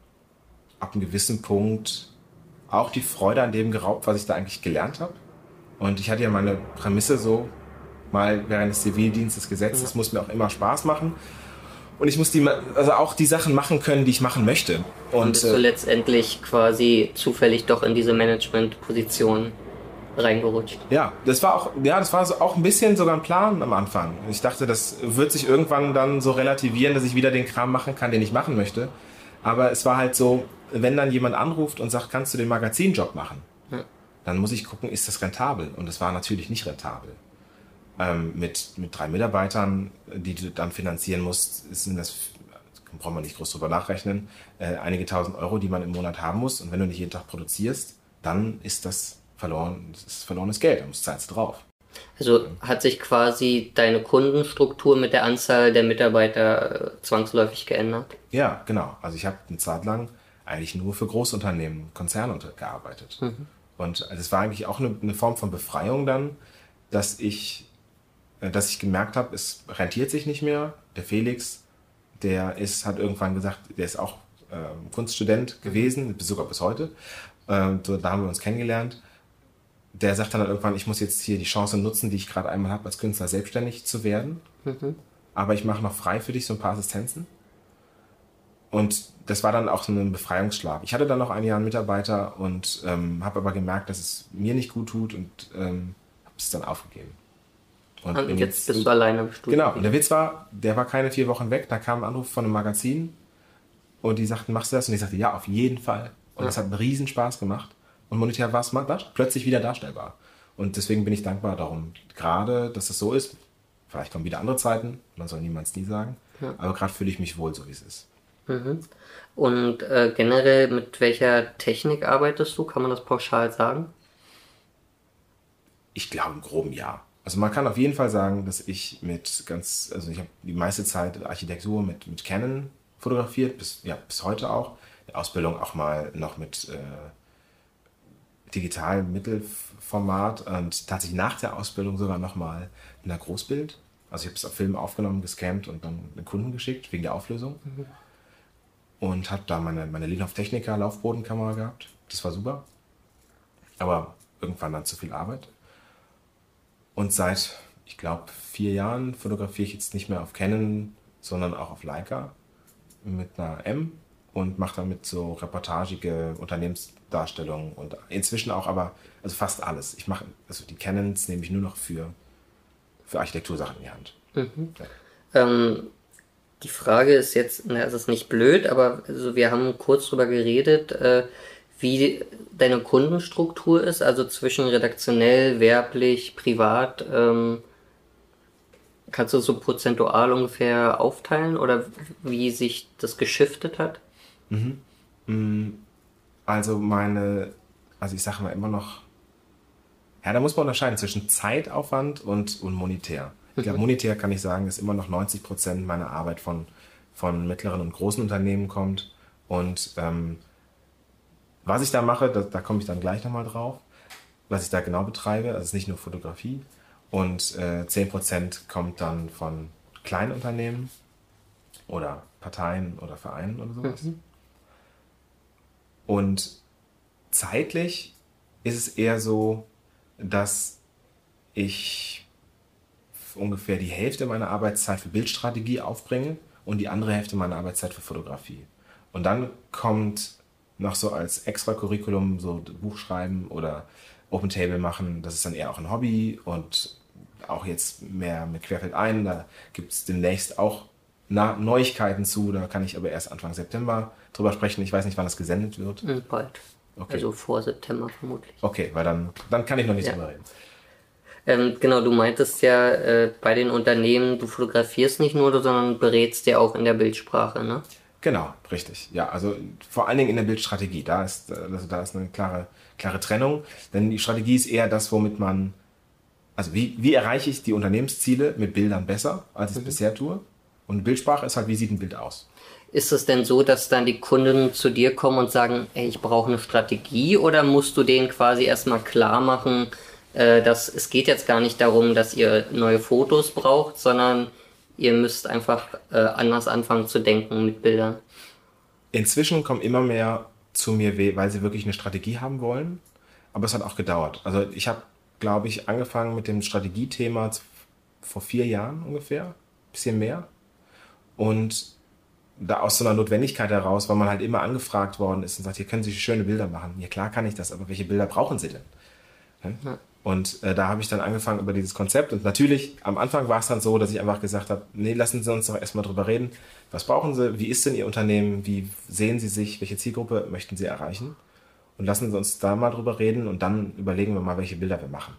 ab einem gewissen Punkt auch die Freude an dem geraubt, was ich da eigentlich gelernt habe. Und ich hatte ja meine Prämisse so, mal während des Zivildienstes gesetzt, es muss mir auch immer Spaß machen. Und ich muss die, also auch die Sachen machen können, die ich machen möchte. Und, und bist du äh, letztendlich quasi zufällig doch in diese Management-Position reingerutscht? Ja, das war auch, ja, das war so auch ein bisschen sogar ein Plan am Anfang. Ich dachte, das wird sich irgendwann dann so relativieren, dass ich wieder den Kram machen kann, den ich machen möchte. Aber es war halt so, wenn dann jemand anruft und sagt, kannst du den Magazinjob machen? Ja. Dann muss ich gucken, ist das rentabel? Und das war natürlich nicht rentabel. Ähm, mit, mit drei Mitarbeitern, die du dann finanzieren musst, sind das, braucht man nicht groß drüber nachrechnen, äh, einige tausend Euro, die man im Monat haben muss. Und wenn du nicht jeden Tag produzierst, dann ist das verloren, das ist verlorenes Geld, da zahlst du drauf. Also hat sich quasi deine Kundenstruktur mit der Anzahl der Mitarbeiter äh, zwangsläufig geändert? Ja, genau. Also ich habe eine Zeit lang eigentlich nur für Großunternehmen, Konzerne gearbeitet. Mhm. Und es war eigentlich auch eine, eine Form von Befreiung dann, dass ich dass ich gemerkt habe, es rentiert sich nicht mehr. Der Felix, der ist, hat irgendwann gesagt, der ist auch äh, Kunststudent gewesen, sogar bis heute. Ähm, so, da haben wir uns kennengelernt. Der sagt dann halt irgendwann, ich muss jetzt hier die Chance nutzen, die ich gerade einmal habe, als Künstler selbstständig zu werden. Mhm. Aber ich mache noch frei für dich so ein paar Assistenzen. Und das war dann auch so ein Befreiungsschlag. Ich hatte dann noch ein Jahr einen Mitarbeiter und ähm, habe aber gemerkt, dass es mir nicht gut tut und ähm, habe es dann aufgegeben. Und, und jetzt bist du alleine im Studio. Genau, und der Witz war, der war keine vier Wochen weg, da kam ein Anruf von einem Magazin und die sagten, machst du das? Und ich sagte, ja, auf jeden Fall. Und ja. Das hat einen riesen Spaß gemacht und monetär war es plötzlich wieder darstellbar. Und deswegen bin ich dankbar darum, gerade, dass es so ist. Vielleicht kommen wieder andere Zeiten, man soll niemals nie sagen, ja. Aber gerade fühle ich mich wohl, so wie es ist. Mhm. Und äh, generell, mit welcher Technik arbeitest du? Kann man das pauschal sagen? Ich glaube im groben ja. Also man kann auf jeden Fall sagen, dass ich mit ganz, also ich habe die meiste Zeit Architektur mit, mit Canon fotografiert, bis, ja, bis heute auch. Die Ausbildung auch mal noch mit äh, digitalem Mittelformat und tatsächlich nach der Ausbildung sogar nochmal in der Großbild. Also ich habe es auf Film aufgenommen, gescannt und dann den Kunden geschickt, wegen der Auflösung. Mhm. Und habe da meine, meine Linhof Technica Laufbodenkamera gehabt. Das war super. Aber irgendwann dann zu viel Arbeit. Und seit, ich glaube, vier Jahren fotografiere ich jetzt nicht mehr auf Canon, sondern auch auf Leica mit einer M und mache damit so reportagige Unternehmensdarstellungen und inzwischen auch aber, also fast alles. Ich mache, also die Canons nehme ich nur noch für für Architektursachen in die Hand. Mhm. Ja. Ähm, die Frage ist jetzt, na, es ist nicht blöd, aber also wir haben kurz drüber geredet, äh, wie deine Kundenstruktur ist, also zwischen redaktionell, werblich, privat. Ähm, kannst du so prozentual ungefähr aufteilen oder wie sich das geschiftet hat? Mhm. Also meine, also ich sage mal immer noch, ja, da muss man unterscheiden zwischen Zeitaufwand und, und monetär. Ich glaube, monetär kann ich sagen, dass immer noch neunzig Prozent meiner Arbeit von, von mittleren und großen Unternehmen kommt. Und ähm, was ich da mache, da, da komme ich dann gleich nochmal drauf, was ich da genau betreibe, also es ist nicht nur Fotografie. Und äh, zehn Prozent kommt dann von kleinen Unternehmen oder Parteien oder Vereinen oder sowas. Mhm. Und zeitlich ist es eher so, dass ich ungefähr die Hälfte meiner Arbeitszeit für Bildstrategie aufbringe und die andere Hälfte meiner Arbeitszeit für Fotografie. Und dann kommt noch so als Extracurriculum so Buchschreiben oder Open Table machen. Das ist dann eher auch ein Hobby und auch jetzt mehr mit Querfeld ein. Da gibt es demnächst auch Neuigkeiten zu. Da kann ich aber erst Anfang September drüber sprechen. Ich weiß nicht, wann das gesendet wird. Bald. Okay. Also vor September vermutlich. Okay, weil dann, dann kann ich noch nicht ja. drüber reden. Ähm, genau, du meintest ja äh, bei den Unternehmen, du fotografierst nicht nur, sondern berätst ja auch in der Bildsprache, ne? Genau, richtig. Ja, also vor allen Dingen in der Bildstrategie. Da ist, also da ist eine klare, klare Trennung. Denn die Strategie ist eher das, womit man, also wie, wie erreiche ich die Unternehmensziele mit Bildern besser, als ich es mhm. bisher tue? Und Bildsprache ist halt, wie sieht ein Bild aus? Ist es denn so, dass dann die Kunden zu dir kommen und sagen, ey, ich brauche eine Strategie, oder musst du denen quasi erstmal klar machen, äh, dass es geht jetzt gar nicht darum, dass ihr neue Fotos braucht, sondern ihr müsst einfach äh, anders anfangen zu denken mit Bildern? Inzwischen kommen immer mehr zu mir, weil sie wirklich eine Strategie haben wollen, aber es hat auch gedauert. Also ich habe, glaube ich, angefangen mit dem Strategiethema vor vier Jahren ungefähr, ein bisschen mehr, und da aus so einer Notwendigkeit heraus, weil man halt immer angefragt worden ist und sagt, hier können Sie schöne Bilder machen. Ja, klar kann ich das, aber welche Bilder brauchen Sie denn? Ja? Und äh, da habe ich dann angefangen über dieses Konzept. Und natürlich, am Anfang war es dann so, dass ich einfach gesagt habe, nee, lassen Sie uns doch erstmal drüber reden. Was brauchen Sie? Wie ist denn Ihr Unternehmen? Wie sehen Sie sich? Welche Zielgruppe möchten Sie erreichen? Und lassen Sie uns da mal drüber reden und dann überlegen wir mal, welche Bilder wir machen.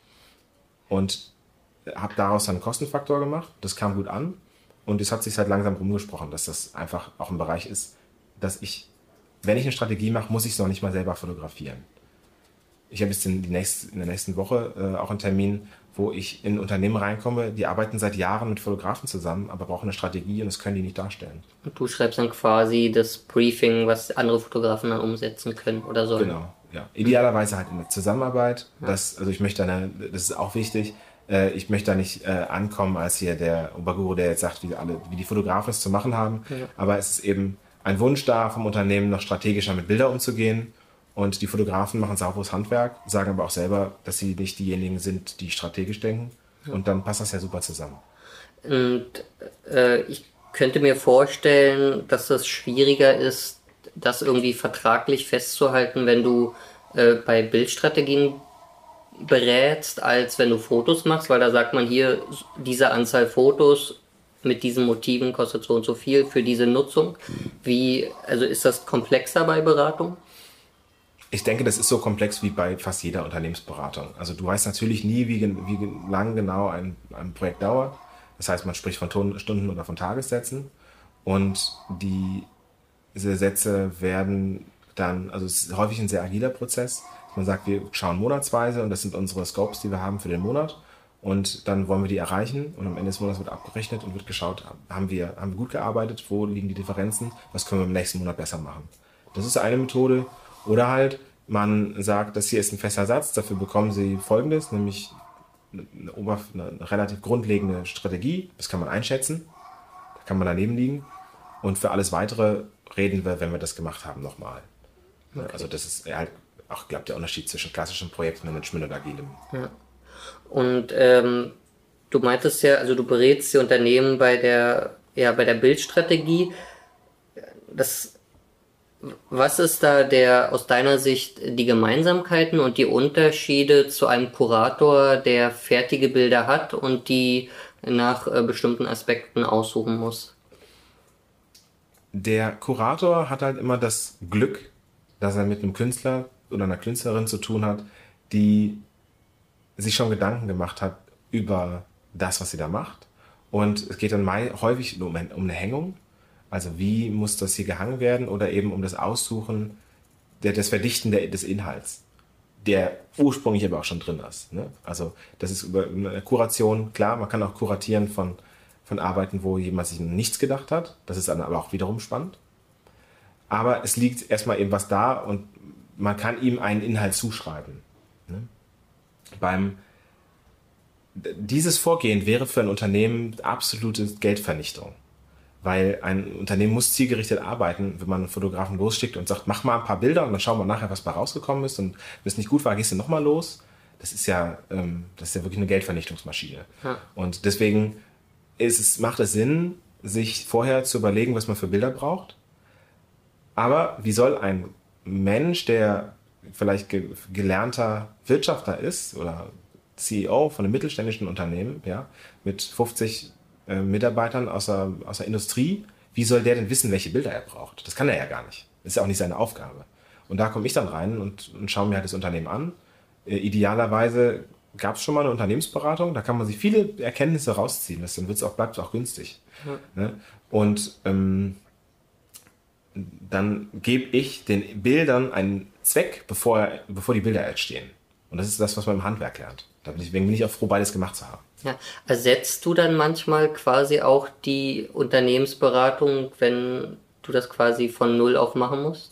Und habe daraus dann einen Kostenfaktor gemacht. Das kam gut an. Und es hat sich halt langsam rumgesprochen, dass das einfach auch ein Bereich ist, dass ich, wenn ich eine Strategie mache, muss ich es noch nicht mal selber fotografieren. Ich habe jetzt in, die nächste, in der nächsten Woche äh, auch einen Termin, wo ich in Unternehmen reinkomme, die arbeiten seit Jahren mit Fotografen zusammen, aber brauchen eine Strategie und das können die nicht darstellen. Und du schreibst dann quasi das Briefing, was andere Fotografen dann umsetzen können oder sollen. Genau, ja. Idealerweise halt in der Zusammenarbeit. Ja. Das, also ich möchte eine, das ist auch wichtig. Ich möchte da nicht äh, ankommen als hier der Oberguru, der jetzt sagt, wie, alle, wie die Fotografen es zu machen haben. Ja. Aber es ist eben ein Wunsch da vom Unternehmen, noch strategischer mit Bildern umzugehen. Und die Fotografen machen sauberes Handwerk, sagen aber auch selber, dass sie nicht diejenigen sind, die strategisch denken. Ja. Und dann passt das ja super zusammen. Und äh, ich könnte mir vorstellen, dass das schwieriger ist, das irgendwie vertraglich festzuhalten, wenn du äh, bei Bildstrategien berätst, als wenn du Fotos machst, weil da sagt man hier, diese Anzahl Fotos mit diesen Motiven kostet so und so viel für diese Nutzung. Wie, also ist das komplexer bei Beratung? Ich denke, das ist so komplex wie bei fast jeder Unternehmensberatung. Also du weißt natürlich nie, wie, wie lang genau ein, ein Projekt dauert. Das heißt, man spricht von Stunden oder von Tagessätzen. Und die, diese Sätze werden dann, also es ist häufig ein sehr agiler Prozess. Man sagt, wir schauen monatsweise und das sind unsere Scopes, die wir haben für den Monat. Und dann wollen wir die erreichen und am Ende des Monats wird abgerechnet und wird geschaut, haben wir, haben wir gut gearbeitet, wo liegen die Differenzen, was können wir im nächsten Monat besser machen. Das ist eine Methode. Oder halt, man sagt, das hier ist ein fester Satz, dafür bekommen Sie Folgendes, nämlich eine, Oberf- eine relativ grundlegende Strategie, das kann man einschätzen, da kann man daneben liegen. Und für alles Weitere reden wir, wenn wir das gemacht haben, nochmal. Okay. Also das ist halt auch, glaube ich, der Unterschied zwischen klassischem Projektmanagement und agilem. Ja. Und ähm, du meintest ja, also du berätst die Unternehmen bei der, ja, bei der Bildstrategie. Das Was ist da der aus deiner Sicht die Gemeinsamkeiten und die Unterschiede zu einem Kurator, der fertige Bilder hat und die nach äh, bestimmten Aspekten aussuchen muss? Der Kurator hat halt immer das Glück, dass er mit einem Künstler oder einer Künstlerin zu tun hat, die sich schon Gedanken gemacht hat über das, was sie da macht. Und es geht dann mal häufig um eine Hängung. Also wie muss das hier gehangen werden oder eben um das Aussuchen, der, das Verdichten der, des Inhalts, der ursprünglich aber auch schon drin ist. Ne? Also das ist über eine Kuration, klar, man kann auch kuratieren von, von Arbeiten, wo jemand sich nichts gedacht hat. Das ist dann aber auch wiederum spannend. Aber es liegt erstmal eben was da und man kann ihm einen Inhalt zuschreiben. Ne? Beim, dieses Vorgehen wäre für ein Unternehmen absolute Geldvernichtung. Weil ein Unternehmen muss zielgerichtet arbeiten, wenn man einen Fotografen losschickt und sagt, mach mal ein paar Bilder und dann schauen wir nachher, was bei rausgekommen ist. Und wenn es nicht gut war, gehst du nochmal los. Das ist ja, ähm, das ist ja wirklich eine Geldvernichtungsmaschine. Ja. Und deswegen ist es, macht es Sinn, sich vorher zu überlegen, was man für Bilder braucht. Aber wie soll ein Mensch, der vielleicht ge- gelernter Wirtschaftler ist oder C E O von einem mittelständischen Unternehmen, ja, mit fünfzig Mitarbeitern aus der, aus der Industrie, wie soll der denn wissen, welche Bilder er braucht? Das kann er ja gar nicht. Das ist ja auch nicht seine Aufgabe. Und da komme ich dann rein und, und schaue mir halt das Unternehmen an. Äh, idealerweise gab es schon mal eine Unternehmensberatung, da kann man sich viele Erkenntnisse rausziehen. Das, dann wird's auch, bleibt es auch günstig. Mhm. Ne? Und ähm, dann gebe ich den Bildern einen Zweck, bevor, bevor die Bilder entstehen. Und das ist das, was man im Handwerk lernt. Deswegen bin ich auch froh, beides gemacht zu haben. Ja, ersetzt du dann manchmal quasi auch die Unternehmensberatung, wenn du das quasi von Null auf machen musst?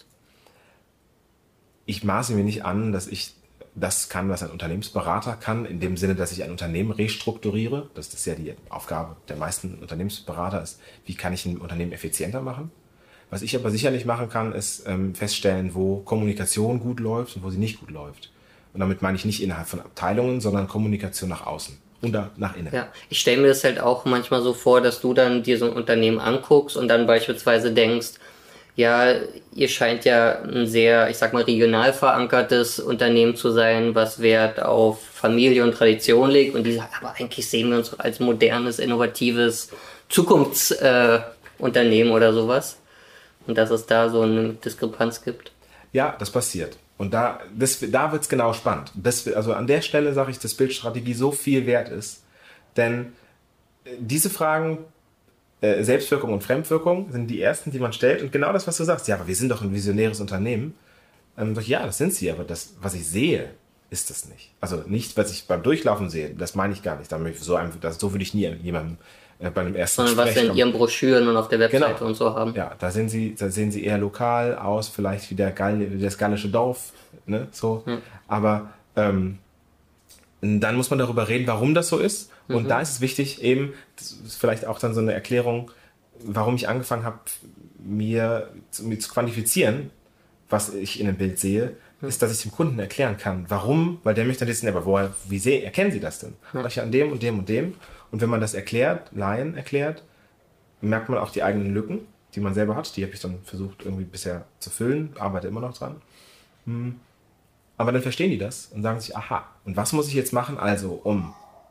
Ich maße mir nicht an, dass ich das kann, was ein Unternehmensberater kann, in dem Sinne, dass ich ein Unternehmen restrukturiere. Das ist ja die Aufgabe der meisten Unternehmensberater, ist, wie kann ich ein Unternehmen effizienter machen? Was ich aber sicherlich machen kann, ist ähm, feststellen, wo Kommunikation gut läuft und wo sie nicht gut läuft. Und damit meine ich nicht innerhalb von Abteilungen, sondern Kommunikation nach außen und nach innen. Ja, ich stelle mir das halt auch manchmal so vor, dass du dann dir so ein Unternehmen anguckst und dann beispielsweise denkst, ja, ihr scheint ja ein sehr, ich sag mal, regional verankertes Unternehmen zu sein, was Wert auf Familie und Tradition legt. Und die sagen, aber eigentlich sehen wir uns als modernes, innovatives Zukunftsunternehmen äh, oder sowas. Und dass es da so eine Diskrepanz gibt. Ja, das passiert. Und da, das, da wird es genau spannend. Das, also an der Stelle sage ich, dass Bildstrategie so viel wert ist. Denn diese Fragen, äh, Selbstwirkung und Fremdwirkung, sind die ersten, die man stellt. Und genau das, was du sagst, ja, aber wir sind doch ein visionäres Unternehmen. Ähm, sag ich, ja, das sind sie, aber das, was ich sehe, ist das nicht. Also nicht, was ich beim Durchlaufen sehe, das meine ich gar nicht. So, einem, das, so würde ich nie jemandem äh, bei einem ersten Sondern was sie in ihren Broschüren und auf der Webseite genau. und so haben. Ja, da sehen sie, da sehen sie eher lokal aus, vielleicht wie, der Gall, wie das gallische Dorf, ne, so. Hm. Aber ähm, dann muss man darüber reden, warum das so ist. Und mhm. da ist es wichtig, eben, das ist vielleicht auch dann so eine Erklärung, warum ich angefangen habe, mir zu, mir zu quantifizieren, was ich in einem Bild sehe, hm. ist, dass ich dem Kunden erklären kann, warum, weil der möchte dann wissen, aber woher, wie sehr erkennen Sie das denn? Hm. Sag ich an dem und dem und dem. Und wenn man das erklärt, Laien erklärt, merkt man auch die eigenen Lücken, die man selber hat. Die habe ich dann versucht irgendwie bisher zu füllen, arbeite immer noch dran. Hm. Aber dann verstehen die das und sagen sich, aha, und was muss ich jetzt machen, also um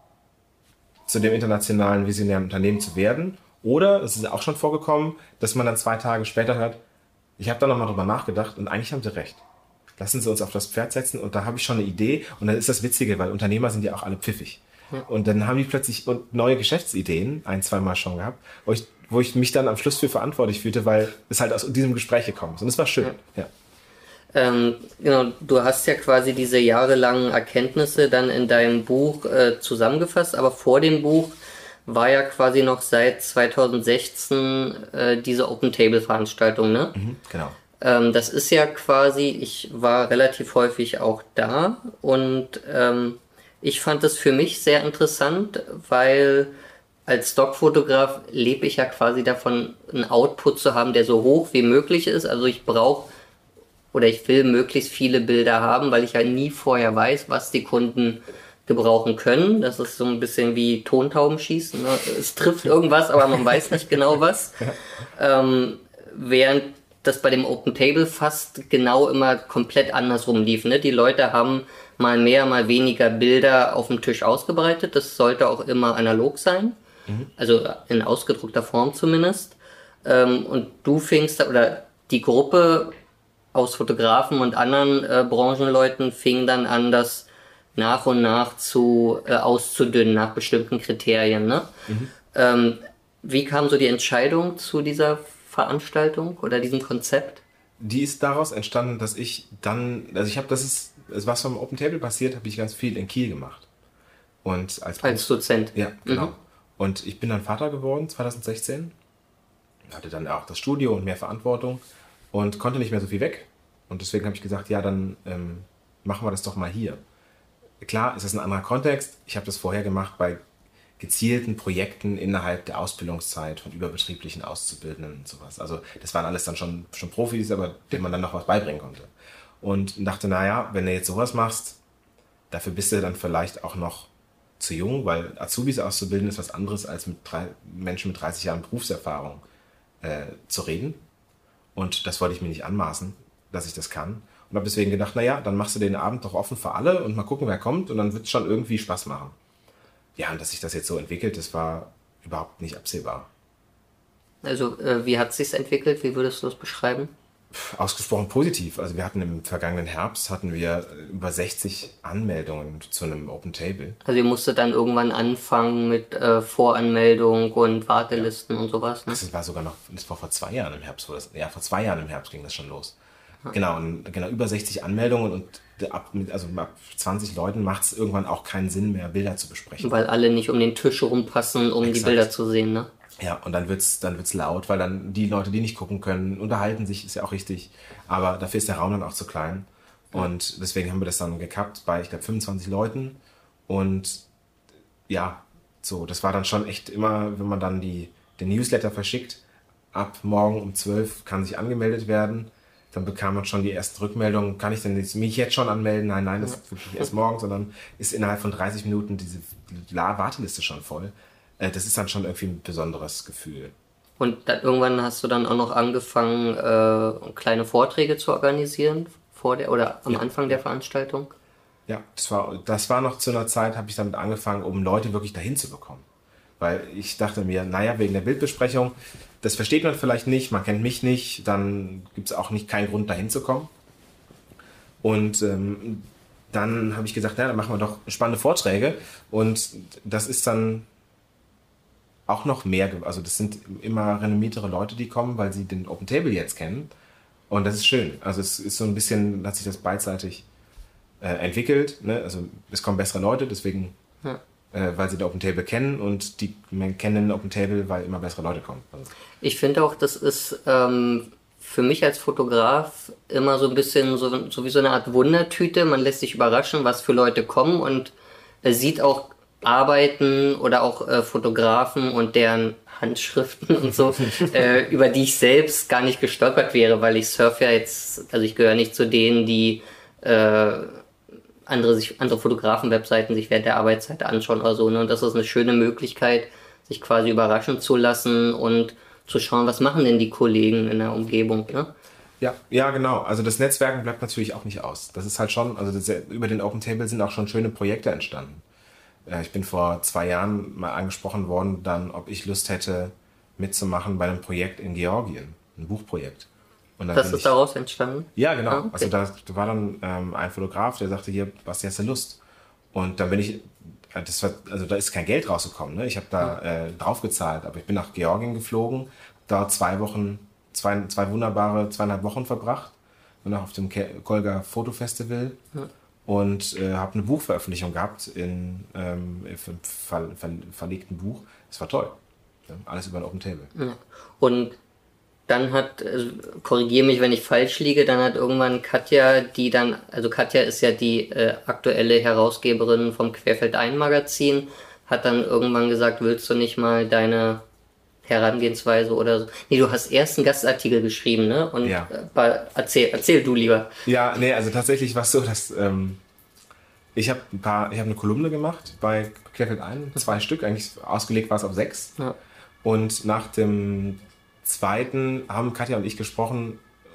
zu dem internationalen visionären Unternehmen zu werden? Oder, es ist auch schon vorgekommen, dass man dann zwei Tage später hört, ich habe da nochmal drüber nachgedacht und eigentlich haben sie recht. Lassen Sie uns auf das Pferd setzen und da habe ich schon eine Idee. Und dann ist das Witzige, weil Unternehmer sind ja auch alle pfiffig. Ja. Und dann haben die plötzlich neue Geschäftsideen, ein, zwei Mal schon gehabt, wo ich, wo ich mich dann am Schluss für verantwortlich fühlte, weil es halt aus diesem Gespräch gekommen ist. Und es war schön, ja. ja. Ähm, genau, du hast ja quasi diese jahrelangen Erkenntnisse dann in deinem Buch äh, zusammengefasst, aber vor dem Buch war ja quasi noch seit zweitausendsechzehn äh, diese Open-Table-Veranstaltung, ne? Mhm, genau. Ähm, das ist ja quasi, ich war relativ häufig auch da und ähm, ich fand es für mich sehr interessant, weil als Stockfotograf lebe ich ja quasi davon, einen Output zu haben, der so hoch wie möglich ist. Also ich brauche oder ich will möglichst viele Bilder haben, weil ich ja nie vorher weiß, was die Kunden gebrauchen können. Das ist so ein bisschen wie Tontaubenschießen. Ne? Es trifft irgendwas, aber man weiß nicht genau was. Ähm, während das bei dem Open Table fast genau immer komplett andersrum lief. Ne? Die Leute haben mal mehr, mal weniger Bilder auf dem Tisch ausgebreitet. Das sollte auch immer analog sein. Mhm. Also in ausgedruckter Form zumindest. Ähm, und du fingst, oder die Gruppe aus Fotografen und anderen äh, Branchenleuten fing dann an, das nach und nach zu äh, auszudünnen nach bestimmten Kriterien. Ne? Mhm. Ähm, wie kam so die Entscheidung zu dieser Veranstaltung oder diesem Konzept? Die ist daraus entstanden, dass ich dann, also ich habe, das ist, was vom Open Table passiert, habe ich ganz viel in Kiel gemacht. Und als, als Dozent? Ja, genau. Mhm. Und ich bin dann Vater geworden, zwanzig sechzehn. Hatte dann auch das Studio und mehr Verantwortung und konnte nicht mehr so viel weg. Und deswegen habe ich gesagt, ja, dann ähm, machen wir das doch mal hier. Klar, ist das ein anderer Kontext. Ich habe das vorher gemacht bei gezielten Projekten innerhalb der Ausbildungszeit von überbetrieblichen Auszubildenden und sowas. Also das waren alles dann schon, schon Profis, aber denen man dann noch was beibringen konnte. Und dachte, naja, wenn du jetzt sowas machst, dafür bist du dann vielleicht auch noch zu jung, weil Azubis auszubilden ist was anderes, als mit drei, Menschen mit dreißig Jahren Berufserfahrung äh, zu reden. Und das wollte ich mir nicht anmaßen, dass ich das kann. Und habe deswegen gedacht, naja, dann machst du den Abend doch offen für alle und mal gucken, wer kommt und dann wird es schon irgendwie Spaß machen. Ja, und dass sich das jetzt so entwickelt, das war überhaupt nicht absehbar. Also, äh, wie hat es sich entwickelt? Wie würdest du das beschreiben? Ausgesprochen positiv. Also wir hatten im vergangenen Herbst hatten wir über sechzig Anmeldungen zu einem Open Table. Also ihr musstet dann irgendwann anfangen mit äh, Voranmeldung und Wartelisten ja. und sowas, ne? Das war sogar noch, das war vor zwei Jahren im Herbst, wo das, ja, vor zwei Jahren im Herbst ging das schon los. Ja. Genau, und genau über sechzig Anmeldungen und ab, also ab zwanzig Leuten macht es irgendwann auch keinen Sinn mehr, Bilder zu besprechen. Weil alle nicht um den Tisch rumpassen, um Exakt. die Bilder zu sehen, ne? Ja, und dann wird's, dann wird's laut, weil dann die Leute, die nicht gucken können, unterhalten sich, ist ja auch richtig. Aber dafür ist der Raum dann auch zu klein. Und deswegen haben wir das dann gekappt bei, ich glaube, fünfundzwanzig Leuten. Und ja, so, das war dann schon echt immer, wenn man dann die, den Newsletter verschickt, ab morgen um zwölf kann sich angemeldet werden. Dann bekam man schon die ersten Rückmeldungen, kann ich denn jetzt, mich jetzt schon anmelden? Nein, nein, das ist wirklich erst morgen, sondern ist innerhalb von dreißig Minuten diese Warteliste schon voll. Das ist dann schon irgendwie ein besonderes Gefühl. Und dann irgendwann hast du dann auch noch angefangen, äh, kleine Vorträge zu organisieren vor der oder am ja. Anfang der Veranstaltung? Ja, das war, das war noch zu einer Zeit, habe ich damit angefangen, um Leute wirklich dahin zu bekommen. Weil ich dachte mir, naja, wegen der Bildbesprechung, das versteht man vielleicht nicht, man kennt mich nicht, dann gibt es auch nicht keinen Grund, dahin zu kommen. Und ähm, dann habe ich gesagt, na, dann machen wir doch spannende Vorträge. Und das ist dann auch noch mehr, also das sind immer renommiertere Leute, die kommen, weil sie den Open Table jetzt kennen. Und das ist schön. Also es ist so ein bisschen, hat sich das beidseitig äh, entwickelt. Ne? Also es kommen bessere Leute, deswegen, ja. äh, weil sie den Open Table kennen und die kennen den Open Table, weil immer bessere Leute kommen. Also. Ich finde auch, das ist ähm, für mich als Fotograf immer so ein bisschen so, so wie so eine Art Wundertüte. Man lässt sich überraschen, was für Leute kommen und äh, sieht auch Arbeiten oder auch äh, Fotografen und deren Handschriften und so, äh, über die ich selbst gar nicht gestolpert wäre, weil ich surfe ja jetzt, also ich gehöre nicht zu denen, die äh, andere, sich, andere Fotografen-Webseiten sich während der Arbeitszeit anschauen oder so. Ne? Und das ist eine schöne Möglichkeit, sich quasi überraschen zu lassen und zu schauen, was machen denn die Kollegen in der Umgebung. Ne? Ja, ja, genau. Also das Netzwerken bleibt natürlich auch nicht aus. Das ist halt schon, also das, über den Open Table sind auch schon schöne Projekte entstanden. Ich bin vor zwei Jahren mal angesprochen worden, dann, ob ich Lust hätte, mitzumachen bei einem Projekt in Georgien, ein Buchprojekt. Und dann das ist ich, daraus entstanden? Ja, genau. Ah, okay. Also da, da war dann ähm, ein Fotograf, der sagte, hier, was hast du Lust? Und dann bin ich, das war, also da ist kein Geld rausgekommen. Ne? Ich habe da äh, draufgezahlt, aber ich bin nach Georgien geflogen, da zwei Wochen, zwei, zwei wunderbare, zweieinhalb Wochen verbracht und auch auf dem Kolga Fotofestival. Ja. Und äh, habe eine Buchveröffentlichung gehabt in ähm, im ver, ver, verlegten Buch. Das war toll. Ja, alles über ein Open Table. Ja. Und dann hat, also, korrigiere mich, wenn ich falsch liege, dann hat irgendwann Katja, die dann, also Katja ist ja die äh, aktuelle Herausgeberin vom Querfeldein-Magazin, hat dann irgendwann gesagt, willst du nicht mal deine Herangehensweise oder so. Nee, du hast erst einen Gastartikel geschrieben, ne? Und ja. äh, erzähl, erzähl du lieber. Ja, nee, also tatsächlich war es so, dass ähm, ich habe ein paar, ich habe eine Kolumne gemacht bei Querfeldein, zwei Stück, eigentlich ausgelegt war es auf sechs. Ja. Und nach dem zweiten haben Katja und ich gesprochen,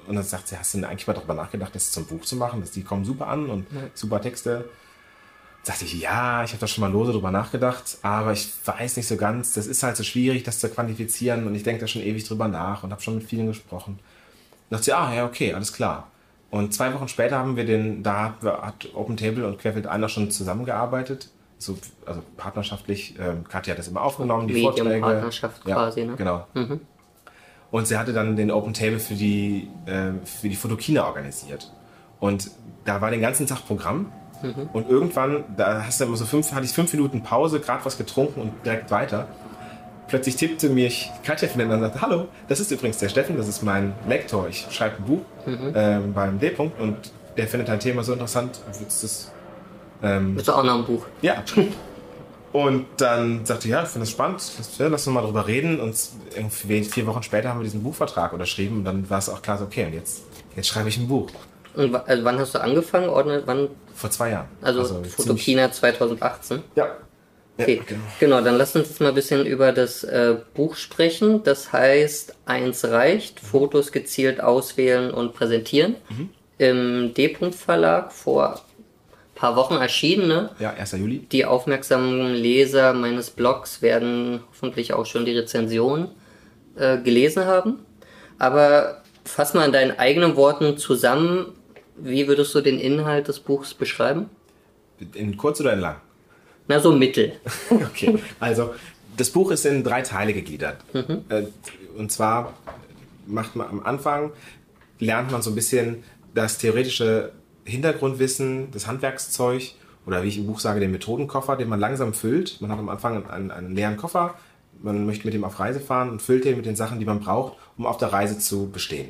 Und dann sagt sie, hast du denn eigentlich mal darüber nachgedacht, das zum Buch zu machen? Das, die kommen super an und ja. super Texte. Sagte ich, ja, ich habe da schon mal lose drüber nachgedacht, aber ich weiß nicht so ganz, das ist halt so schwierig, das zu quantifizieren und ich denke da schon ewig drüber nach und habe schon mit vielen gesprochen. Und dachte sie, ah, ja, okay, alles klar. Und zwei Wochen später haben wir den, da hat Open Table und Querfeld ein auch schon zusammengearbeitet, so, also partnerschaftlich. Ähm, Katja hat das immer aufgenommen, die Vorträge. Medienpartnerschaft ja, quasi, ne? Genau. Mhm. Und sie hatte dann den Open Table für die, äh, für die Fotokina organisiert. Und da war den ganzen Tag Programm. Mhm. Und irgendwann, da hast du immer so fünf, hatte ich fünf Minuten Pause, gerade was getrunken und direkt weiter. Plötzlich tippte mich Katja von und sagte, hallo, das ist übrigens der Steffen, das ist mein Lektor. Ich schreibe ein Buch mhm. ähm, beim D-Punkt und der findet dein Thema so interessant. Willst du das? Ähm, Willst du auch noch ein Buch? Ja. Und dann sagte ich, ja, ich finde das spannend, lass, ja, lass uns mal drüber reden. Und irgendwie vier Wochen später haben wir diesen Buchvertrag unterschrieben und dann war es auch klar, so, okay, und jetzt, jetzt schreibe ich ein Buch. Und also wann hast du angefangen? Oder wann? Vor zwei Jahren. Also, also Fotokina zwanzig achtzehn? Ja. Okay, ja, genau. genau, dann lass uns jetzt mal ein bisschen über das äh, Buch sprechen. Das heißt, eins reicht, Fotos gezielt auswählen und präsentieren. Mhm. Im D-Punkt Verlag vor ein paar Wochen erschienen. Ne? Ja, erster Juli. Die aufmerksamen Leser meines Blogs werden hoffentlich auch schon die Rezension äh, gelesen haben. Aber fass mal in deinen eigenen Worten zusammen, wie würdest du den Inhalt des Buchs beschreiben? In kurz oder in lang? Na, so mittel. Okay, also das Buch ist in drei Teile gegliedert. Mhm. Und zwar macht man am Anfang, lernt man so ein bisschen das theoretische Hintergrundwissen, das Handwerkszeug oder wie ich im Buch sage, den Methodenkoffer, den man langsam füllt. Man hat am Anfang einen, einen leeren Koffer, man möchte mit dem auf Reise fahren und füllt den mit den Sachen, die man braucht, um auf der Reise zu bestehen.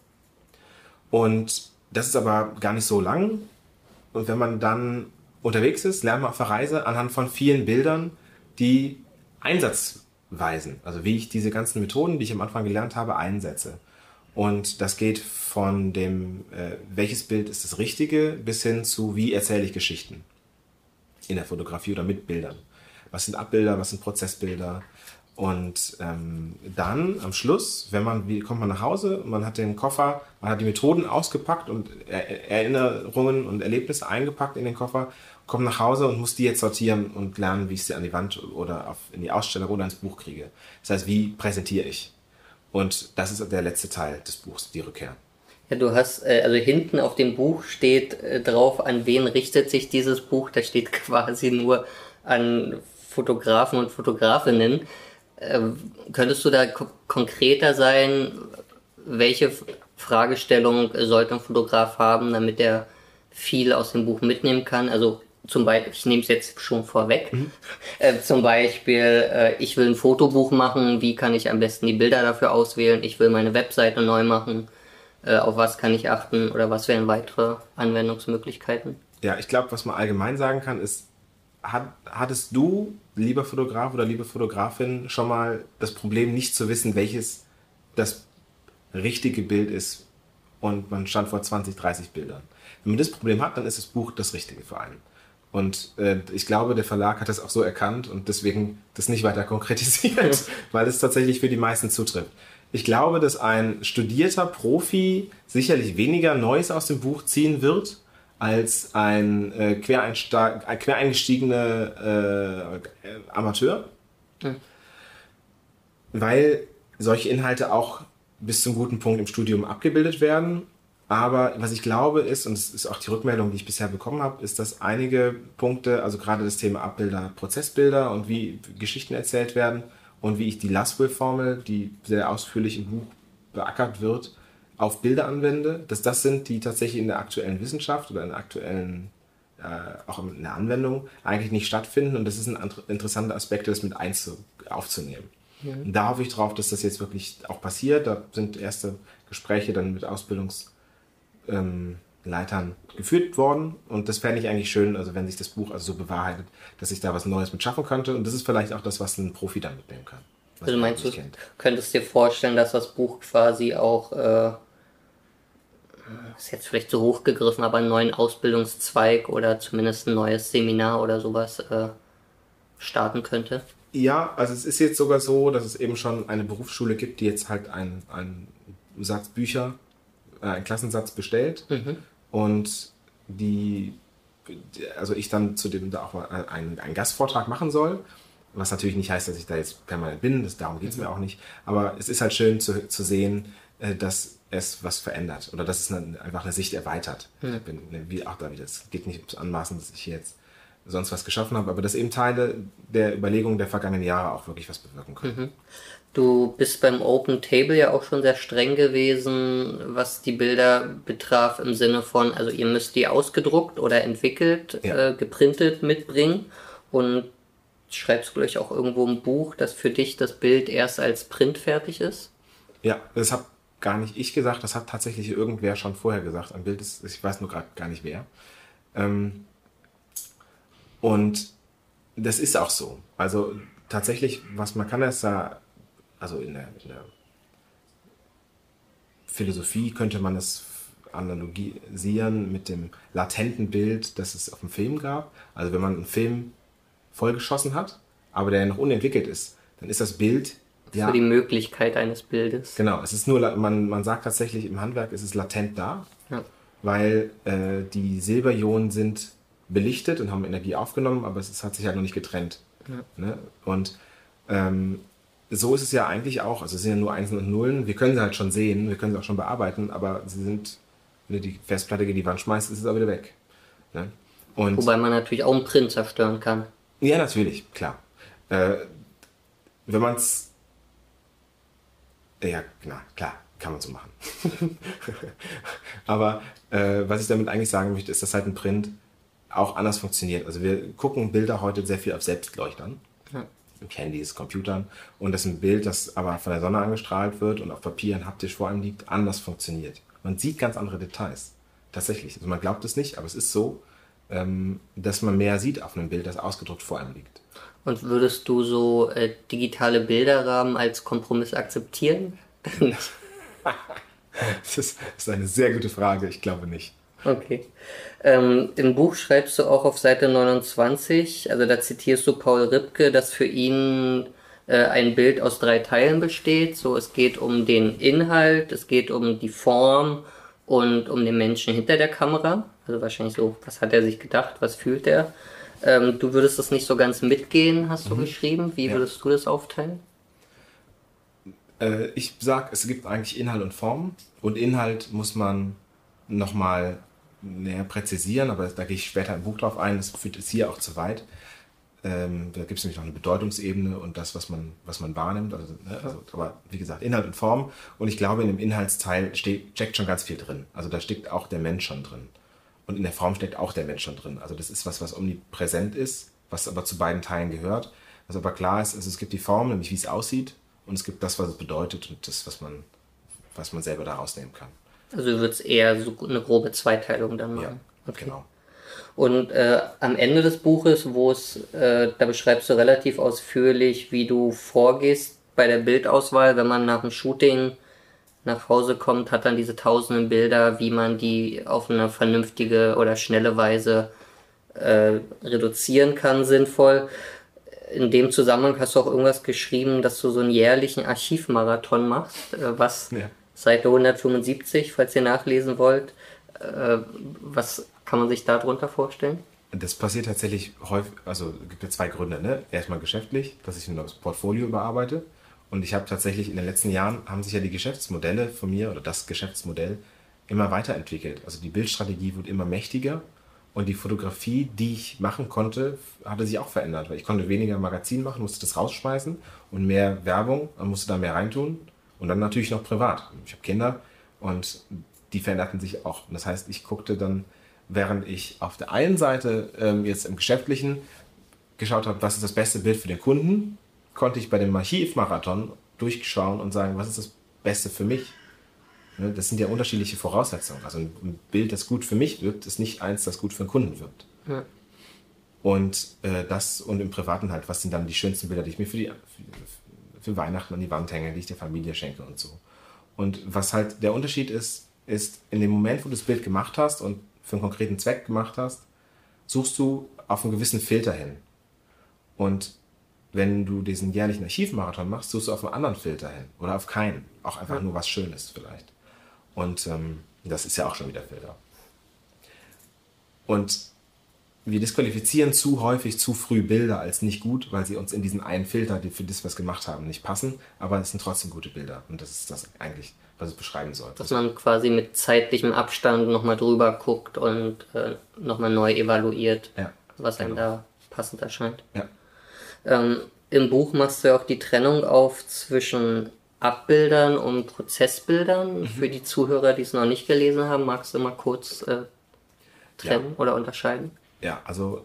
Und das ist aber gar nicht so lang. Und wenn man dann unterwegs ist, lernt man auf der Reise anhand von vielen Bildern die Einsatzweisen, also wie ich diese ganzen Methoden, die ich am Anfang gelernt habe, einsetze. Und das geht von dem, äh, welches Bild ist das Richtige, bis hin zu, wie erzähle ich Geschichten in der Fotografie oder mit Bildern. Was sind Abbilder, was sind Prozessbilder? Und ähm, dann am Schluss, wenn man, wie kommt man nach Hause, man hat den Koffer, man hat die Methoden ausgepackt und er- Erinnerungen und Erlebnisse eingepackt in den Koffer, kommt nach Hause und muss die jetzt sortieren und lernen, wie ich sie an die Wand oder auf, in die Ausstellung oder ins Buch kriege. Das heißt, wie präsentiere ich? Und das ist der letzte Teil des Buchs, die Rückkehr. Ja, du hast, äh, also hinten auf dem Buch steht äh, drauf, an wen richtet sich dieses Buch. Da steht quasi nur an Fotografen und Fotografinnen. Äh, könntest du da ko- konkreter sein, welche F- Fragestellung sollte ein Fotograf haben, damit er viel aus dem Buch mitnehmen kann? Also zum Beispiel, ich nehme es jetzt schon vorweg, mhm. äh, zum Beispiel, äh, ich will ein Fotobuch machen, wie kann ich am besten die Bilder dafür auswählen? Ich will meine Webseite neu machen, äh, auf was kann ich achten oder was wären weitere Anwendungsmöglichkeiten? Ja, ich glaube, was man allgemein sagen kann, ist, hat, hattest du, lieber Fotograf oder liebe Fotografin, schon mal das Problem, nicht zu wissen, welches das richtige Bild ist und man stand vor zwanzig, dreißig Bildern? Wenn man das Problem hat, dann ist das Buch das Richtige für einen. Und äh, ich glaube, der Verlag hat das auch so erkannt und deswegen das nicht weiter konkretisiert, weil es tatsächlich für die meisten zutrifft. Ich glaube, dass ein studierter Profi sicherlich weniger Neues aus dem Buch ziehen wird, als ein äh, Quereinsta- ein quereingestiegener äh, Amateur. Mhm. Weil solche Inhalte auch bis zum guten Punkt im Studium abgebildet werden. Aber was ich glaube ist, und es ist auch die Rückmeldung, die ich bisher bekommen habe, ist, dass einige Punkte, also gerade das Thema Abbilder, Prozessbilder und wie Geschichten erzählt werden und wie ich die Laswell-Formel, die sehr ausführlich im Buch beackert wird, auf Bilder anwende, dass das sind, die tatsächlich in der aktuellen Wissenschaft oder in der aktuellen, äh, auch in der Anwendung eigentlich nicht stattfinden. Und das ist ein interessanter Aspekt, das mit einzu- aufzunehmen. Ja. Und da hoffe ich drauf, dass das jetzt wirklich auch passiert. Da sind erste Gespräche dann mit Ausbildungs- Ähm, Leitern geführt worden und das fände ich eigentlich schön, also wenn sich das Buch also so bewahrheitet, dass ich da was Neues mit schaffen könnte und das ist vielleicht auch das, was ein Profi dann mitnehmen kann. Also meinst du, könntest dir vorstellen, dass das Buch quasi auch, äh, ist jetzt vielleicht zu hoch gegriffen, aber einen neuen Ausbildungszweig oder zumindest ein neues Seminar oder sowas äh, starten könnte? Ja, also es ist jetzt sogar so, dass es eben schon eine Berufsschule gibt, die jetzt halt einen, einen Satz Bücher äh, einen Klassensatz bestellt Mhm. und die, also ich dann zu dem da auch mal einen, einen Gastvortrag machen soll, was natürlich nicht heißt, dass ich da jetzt permanent bin, das, darum geht es mir auch nicht, aber es ist halt schön zu, zu sehen, äh, dass es was verändert oder dass es eine, einfach eine Sicht erweitert. Mhm. Ich bin, wie auch da wieder, es geht nicht ums Anmaßen, dass ich hier jetzt sonst was geschaffen habe, aber dass eben Teile der Überlegungen der vergangenen Jahre auch wirklich was bewirken können. Mhm. Du bist beim Open Table ja auch schon sehr streng gewesen, was die Bilder betraf, im Sinne von, also ihr müsst die ausgedruckt oder entwickelt, Ja. äh, geprintet mitbringen und schreibst du gleich auch irgendwo im Buch, dass für dich das Bild erst als Print fertig ist? Ja, das habe gar nicht ich gesagt, das hat tatsächlich irgendwer schon vorher gesagt. Ein Bild ist, ich weiß nur gerade gar nicht wer. Ähm, und das ist auch so. Also tatsächlich, was man kann das da, also in der, in der Philosophie könnte man es analogisieren mit dem latenten Bild, das es auf dem Film gab. Also wenn man einen Film vollgeschossen hat, aber der noch unentwickelt ist, dann ist das Bild ja Für die Möglichkeit eines Bildes. genau. Es ist nur la- man man sagt tatsächlich im Handwerk, es ist latent da, Ja. weil äh, die Silberionen sind belichtet und haben Energie aufgenommen, aber es ist, hat sich halt noch nicht getrennt. Ne? Und ähm, so ist es ja eigentlich auch. Also es sind ja nur Einsen und Nullen. Wir können sie halt schon sehen, wir können sie auch schon bearbeiten, aber sie sind, wenn du die Festplatte gegen die Wand schmeißt, ist es auch wieder weg. Ne? Und Wobei man natürlich auch einen Print zerstören kann. ja, natürlich, klar. Äh, wenn man es... Ja, na, klar, kann man so machen. Aber äh, was ich damit eigentlich sagen möchte, ist, dass halt ein Print auch anders funktioniert. Also wir gucken Bilder heute sehr viel auf Selbstleuchtern, Ja. Handys, Computern. Und das ist ein Bild, das aber von der Sonne angestrahlt wird und auf Papier und haptisch vor einem liegt, anders funktioniert. Man sieht ganz andere Details. Tatsächlich. Also man glaubt es nicht, aber es ist so, ähm, dass man mehr sieht auf einem Bild, das ausgedruckt vor einem liegt. Und würdest du so äh, digitale Bilderrahmen als Kompromiss akzeptieren? Das ist, das ist eine sehr gute Frage. Ich glaube nicht. Okay. Ähm, im Buch schreibst du auch auf Seite neunundzwanzig, also da zitierst du Paul Ripke, dass für ihn äh, ein Bild aus drei Teilen besteht. So, es geht um den Inhalt, es geht um die Form und um den Menschen hinter der Kamera. Also wahrscheinlich so, was hat er sich gedacht, was fühlt er? Ähm, du würdest das nicht so ganz mitgehen, hast du geschrieben. Wie Ja. würdest du das aufteilen? Äh, ich sag, es gibt eigentlich Inhalt und Form. Und Inhalt muss man nochmal näher präzisieren, aber da gehe ich später im Buch drauf ein. Das führt es hier auch zu weit. Ähm, da gibt es nämlich noch eine Bedeutungsebene und das, was man, was man wahrnimmt. Also, ne, also, aber wie gesagt, Inhalt und Form. Und ich glaube, in dem Inhaltsteil steht, steckt schon ganz viel drin. Also da steckt auch der Mensch schon drin. Und in der Form steckt auch der Mensch schon drin. Also das ist was, was omnipräsent ist, was aber zu beiden Teilen gehört. Was aber klar ist, also es gibt die Form, nämlich wie es aussieht. Und es gibt das, was es bedeutet und das, was man, was man selber da rausnehmen kann. Also du würdest eher so eine grobe Zweiteilung dann Ja, machen. Okay. genau. Und äh, am Ende des Buches, wo es, äh, da beschreibst du relativ ausführlich, wie du vorgehst bei der Bildauswahl, wenn man nach dem Shooting nach Hause kommt, hat dann diese tausenden Bilder, wie man die auf eine vernünftige oder schnelle Weise äh, reduzieren kann, sinnvoll. In dem Zusammenhang hast du auch irgendwas geschrieben, dass du so einen jährlichen Archivmarathon machst, äh, was Ja. Seite hundertfünfundsiebzig, falls ihr nachlesen wollt. Äh, was kann man sich darunter vorstellen? Das passiert tatsächlich häufig, also es gibt ja zwei Gründe. Ne? Erstmal geschäftlich, dass ich das Portfolio überarbeite. Und ich habe tatsächlich in den letzten Jahren, haben sich ja die Geschäftsmodelle von mir oder das Geschäftsmodell immer weiterentwickelt. Also die Bildstrategie wurde immer mächtiger und die Fotografie, die ich machen konnte, hatte sich auch verändert. Weil ich konnte weniger Magazin machen, musste das rausschmeißen und mehr Werbung und musste da mehr reintun. Und dann natürlich noch privat. Ich habe Kinder und die veränderten sich auch. Und das heißt, ich guckte dann, während ich auf der einen Seite ähm, jetzt im Geschäftlichen geschaut habe, was ist das beste Bild für den Kunden, konnte ich bei dem Archivmarathon durchschauen und sagen, was ist das Beste für mich. Ne, das sind ja unterschiedliche Voraussetzungen. Also ein Bild, das gut für mich wirkt, ist nicht eins, das gut für den Kunden wirkt. Ja. Und äh, das und im Privaten halt, was sind dann die schönsten Bilder, die ich mir für, die, für, für Weihnachten an die Wand hänge, die ich der Familie schenke und so. Und was halt der Unterschied ist, ist in dem Moment, wo du das Bild gemacht hast und für einen konkreten Zweck gemacht hast, suchst du auf einen gewissen Filter hin. Und wenn du diesen jährlichen Archivmarathon machst, suchst du auf einen anderen Filter hin oder auf keinen. Auch einfach nur was Schönes vielleicht. Und ähm, Das ist ja auch schon wieder Filter. Und wir disqualifizieren zu häufig zu früh Bilder als nicht gut, weil sie uns in diesen einen Filter, die für das, was wir gemacht haben, nicht passen. Aber es sind trotzdem gute Bilder. Und das ist das eigentlich, was es beschreiben soll. Dass man quasi mit zeitlichem Abstand nochmal drüber guckt und äh, nochmal neu evaluiert, ja, was einem genau. da passend erscheint. Ja. Ähm, Im Buch machst du ja auch die Trennung auf zwischen Abbildern und Prozessbildern. Mhm. Für die Zuhörer, die es noch nicht gelesen haben, magst du mal kurz äh, trennen ja. oder unterscheiden? Ja, also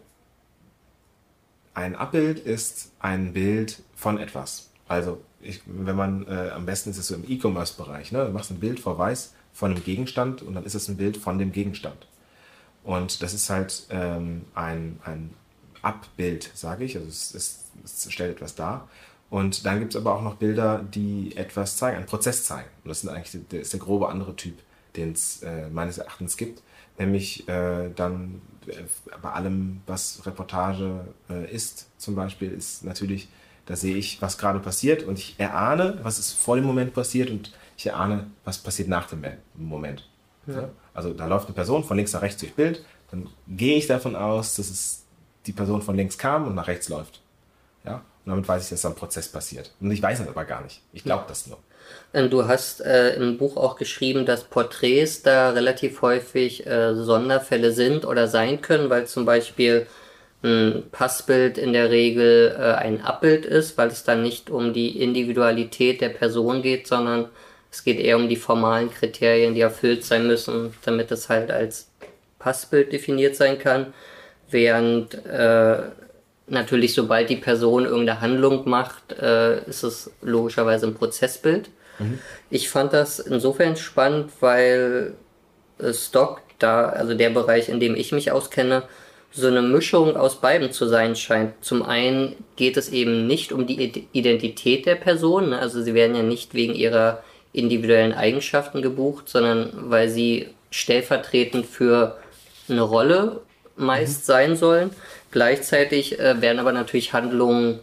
ein Abbild ist ein Bild von etwas. Also ich, wenn man, äh, am besten ist es so im E-Commerce-Bereich, ne? Du machst ein Bild vor Weiß von einem Gegenstand und dann ist es ein Bild von dem Gegenstand. Und das ist halt ähm, ein, ein Abbild, sage ich, also es, es, es stellt etwas dar. Und dann gibt es aber auch noch Bilder, die etwas zeigen, einen Prozess zeigen. Und das, sind eigentlich, das ist der grobe andere Typ, den es äh, meines Erachtens gibt. Nämlich äh, dann äh, bei allem, was Reportage äh, ist, zum Beispiel, ist natürlich, da sehe ich, was gerade passiert und ich erahne, was ist vor dem Moment passiert und ich erahne, was passiert nach dem Moment. Ja. Ja? Also da läuft eine Person von links nach rechts durch Bild, dann gehe ich davon aus, dass es die Person von links kam und nach rechts läuft. Ja? Und damit weiß ich, dass da ein Prozess passiert. Und ich weiß es aber gar nicht. Ich glaube das nur. Du hast äh, im Buch auch geschrieben, dass Porträts da relativ häufig äh, Sonderfälle sind oder sein können, weil zum Beispiel ein Passbild in der Regel äh, ein Abbild ist, weil es dann nicht um die Individualität der Person geht, sondern es geht eher um die formalen Kriterien, die erfüllt sein müssen, damit es halt als Passbild definiert sein kann, während äh, natürlich, sobald die Person irgendeine Handlung macht, äh, ist es logischerweise ein Prozessbild. Mhm. Ich fand das insofern spannend, weil äh, Stock, da, also der Bereich, in dem ich mich auskenne, so eine Mischung aus beidem zu sein scheint. Zum einen geht es eben nicht um die Identität der Person, ne? Also sie werden ja nicht wegen ihrer individuellen Eigenschaften gebucht, sondern weil sie stellvertretend für eine Rolle meist mhm. sein sollen. Gleichzeitig äh, werden aber natürlich Handlungen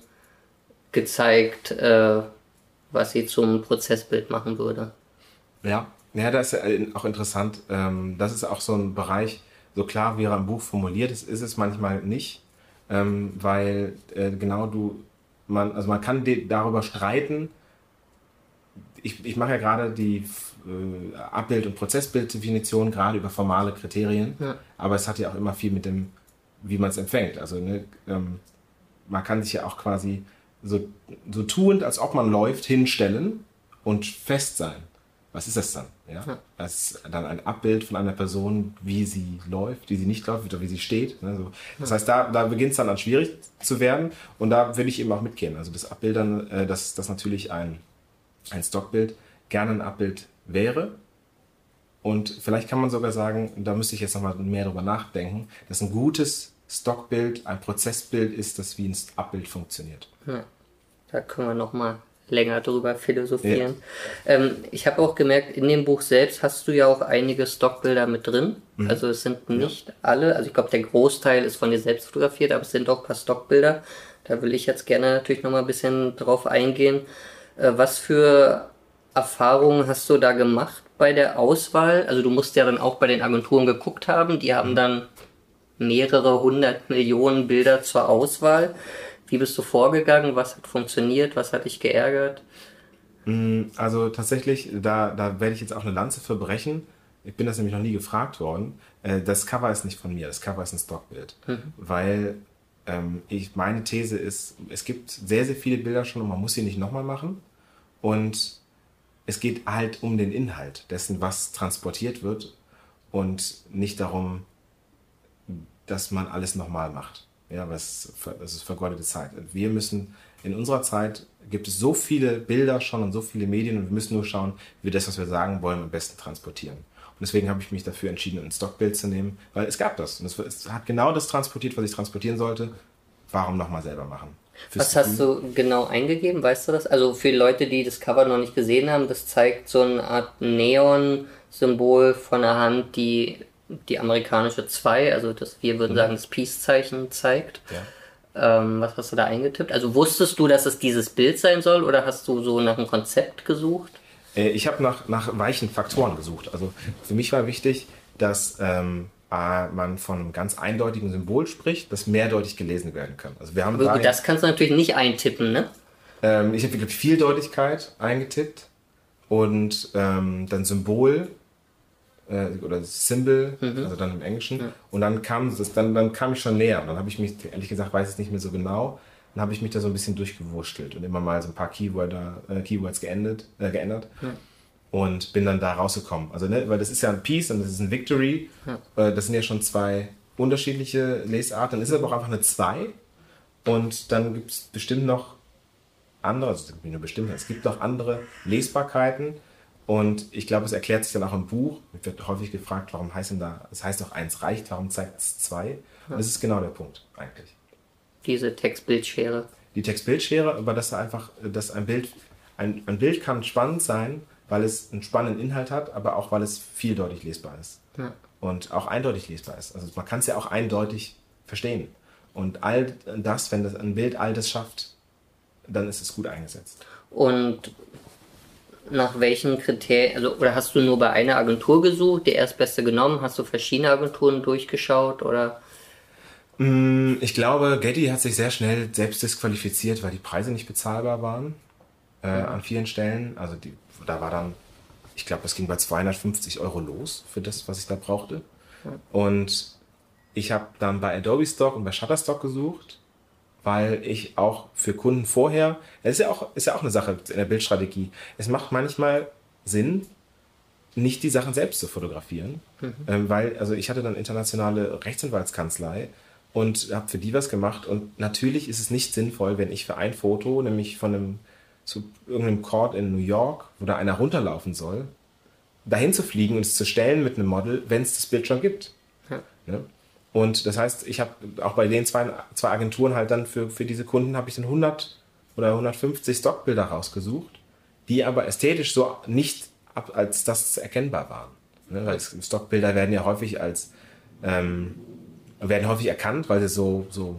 gezeigt, äh, was sie zum Prozessbild machen würde. Ja, ja, das ist ja auch interessant. Ähm, das ist auch so ein Bereich, so klar wie er im Buch formuliert ist, ist es manchmal nicht, ähm, weil äh, genau du, man, also man kann de- darüber streiten. Ich, ich mache ja gerade die äh, Abbild- und Prozessbilddefinition gerade über formale Kriterien, ja. Aber es hat ja auch immer viel mit dem, wie man es empfängt. Also ne, ähm, man kann sich ja auch quasi so, so tuend, als ob man läuft, hinstellen und fest sein. Was ist das dann? Ja? Ja. Das ist dann ein Abbild von einer Person, wie sie läuft, wie sie nicht läuft oder wie sie steht. Ne? So. Das heißt, da, da beginnt es dann an schwierig zu werden und da will ich eben auch mitgehen. Also das Abbildern, äh, dass das natürlich ein, ein Stockbild gerne ein Abbild wäre. Und vielleicht kann man sogar sagen, da müsste ich jetzt nochmal mehr drüber nachdenken, dass ein gutes Stockbild ein Prozessbild ist, das wie ein Abbild funktioniert. Ja, da können wir nochmal länger drüber philosophieren. Ja. Ähm, ich habe auch gemerkt, in dem Buch selbst hast du ja auch einige Stockbilder mit drin. Mhm. Also es sind nicht ja. alle, also ich glaube der Großteil ist von dir selbst fotografiert, aber es sind auch ein paar Stockbilder. Da will ich jetzt gerne natürlich nochmal ein bisschen drauf eingehen. Äh, was für Erfahrungen hast du da gemacht bei der Auswahl? Also du musst ja dann auch bei den Agenturen geguckt haben, die haben mhm. dann mehrere hundert Millionen Bilder zur Auswahl. Wie bist du vorgegangen? Was hat funktioniert? Was hat dich geärgert? Also tatsächlich, da, da werde ich jetzt auch eine Lanze für brechen. Ich bin das nämlich noch nie gefragt worden. Das Cover ist nicht von mir, das Cover ist ein Stockbild. Mhm. Weil ähm, ich, meine These ist, es gibt sehr, sehr viele Bilder schon und man muss sie nicht nochmal machen. Und es geht halt um den Inhalt dessen, was transportiert wird und nicht darum, dass man alles nochmal macht. Ja, das, das ist vergeudete Zeit. Wir müssen, in unserer Zeit gibt es so viele Bilder schon und so viele Medien und wir müssen nur schauen, wie wir das, was wir sagen wollen, am besten transportieren. Und deswegen habe ich mich dafür entschieden, ein Stockbild zu nehmen, weil es gab das. Und es, es hat genau das transportiert, was ich transportieren sollte. Warum nochmal selber machen? Was hast du genau eingegeben, weißt du das? Also für Leute, die das Cover noch nicht gesehen haben, das zeigt so eine Art Neon-Symbol von einer Hand, die die amerikanische zwei, also das, wir würden sagen, das Peace-Zeichen zeigt. Ja. Ähm, was hast du da eingetippt? Also wusstest du, dass es dieses Bild sein soll oder hast du so nach einem Konzept gesucht? Äh, ich habe nach, nach weichen Faktoren gesucht. Also für mich war wichtig, dass ähm, man von einem ganz eindeutigen Symbol spricht, das mehrdeutig gelesen werden kann. Also wir haben Aber da gut, das kannst du natürlich nicht eintippen, ne? ähm, ich habe wirklich Vieldeutigkeit eingetippt und ähm, dann Symbol äh, oder Symbol, mhm. also dann im Englischen. Ja. Und dann kam das, dann, dann kam ich schon näher. Und dann habe ich mich, ehrlich gesagt, weiß es nicht mehr so genau. Dann habe ich mich da so ein bisschen durchgewurschtelt und immer mal so ein paar Keywörter, äh, Keywords geendet, äh, geändert. Ja. Und bin dann da rausgekommen. Also, ne, weil das ist ja ein Peace und das ist ein Victory. Ja. Äh, das sind ja schon zwei unterschiedliche Lesarten. Dann ist es aber auch einfach eine zwei. Und dann gibt es bestimmt noch andere, also es gibt nicht nur bestimmt, es gibt noch andere Lesbarkeiten. Und ich glaube, es erklärt sich dann auch im Buch. Mir wird häufig gefragt, warum heißt denn da, es heißt doch eins reicht, warum zeigt es zwei? Ja. Und das ist genau der Punkt eigentlich. Diese Textbildschere. Die Textbildschere, aber dass da einfach, dass ein Bild, ein, ein Bild kann spannend sein, weil es einen spannenden Inhalt hat, aber auch weil es vieldeutig lesbar ist. Ja. Und auch eindeutig lesbar ist. Also man kann es ja auch eindeutig verstehen. Und all das, wenn das ein Bild all das schafft, dann ist es gut eingesetzt. Und nach welchen Kriterien, also oder hast du nur bei einer Agentur gesucht, die erstbeste genommen? Hast du verschiedene Agenturen durchgeschaut oder? Ich glaube, Getty hat sich sehr schnell selbst disqualifiziert, weil die Preise nicht bezahlbar waren äh, ja. an vielen Stellen. Also die, da war dann, ich glaube, das ging bei zweihundertfünfzig Euro los für das, was ich da brauchte. Ja. Und ich habe dann bei Adobe Stock und bei Shutterstock gesucht, weil ich auch für Kunden vorher, das ist ja auch, ist ja auch eine Sache in der Bildstrategie, es macht manchmal Sinn, nicht die Sachen selbst zu fotografieren, mhm. ähm, weil, also ich hatte dann internationale Rechtsanwaltskanzlei und habe für die was gemacht und natürlich ist es nicht sinnvoll, wenn ich für ein Foto, nämlich von einem, zu irgendeinem Court in New York, wo da einer runterlaufen soll, dahin zu fliegen und es zu stellen mit einem Model, wenn es das Bild schon gibt. Ja. Ne? Und das heißt, ich habe auch bei den zwei, zwei Agenturen halt dann für, für diese Kunden habe ich dann hundert oder hundertfünfzig Stockbilder rausgesucht, die aber ästhetisch so nicht ab, als das erkennbar waren. Ne? Weil Stockbilder werden ja häufig als ähm, werden häufig erkannt, weil sie so, so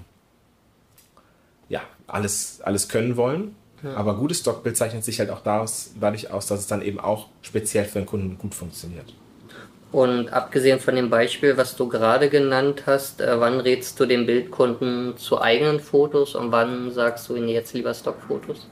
ja, alles, alles können wollen. Ja. Aber gutes Stockbild zeichnet sich halt auch daraus, dadurch aus, dass es dann eben auch speziell für den Kunden gut funktioniert. Und abgesehen von dem Beispiel, was du gerade genannt hast, äh, wann rätst du den Bildkunden zu eigenen Fotos und wann sagst du ihnen jetzt lieber Stockfotos?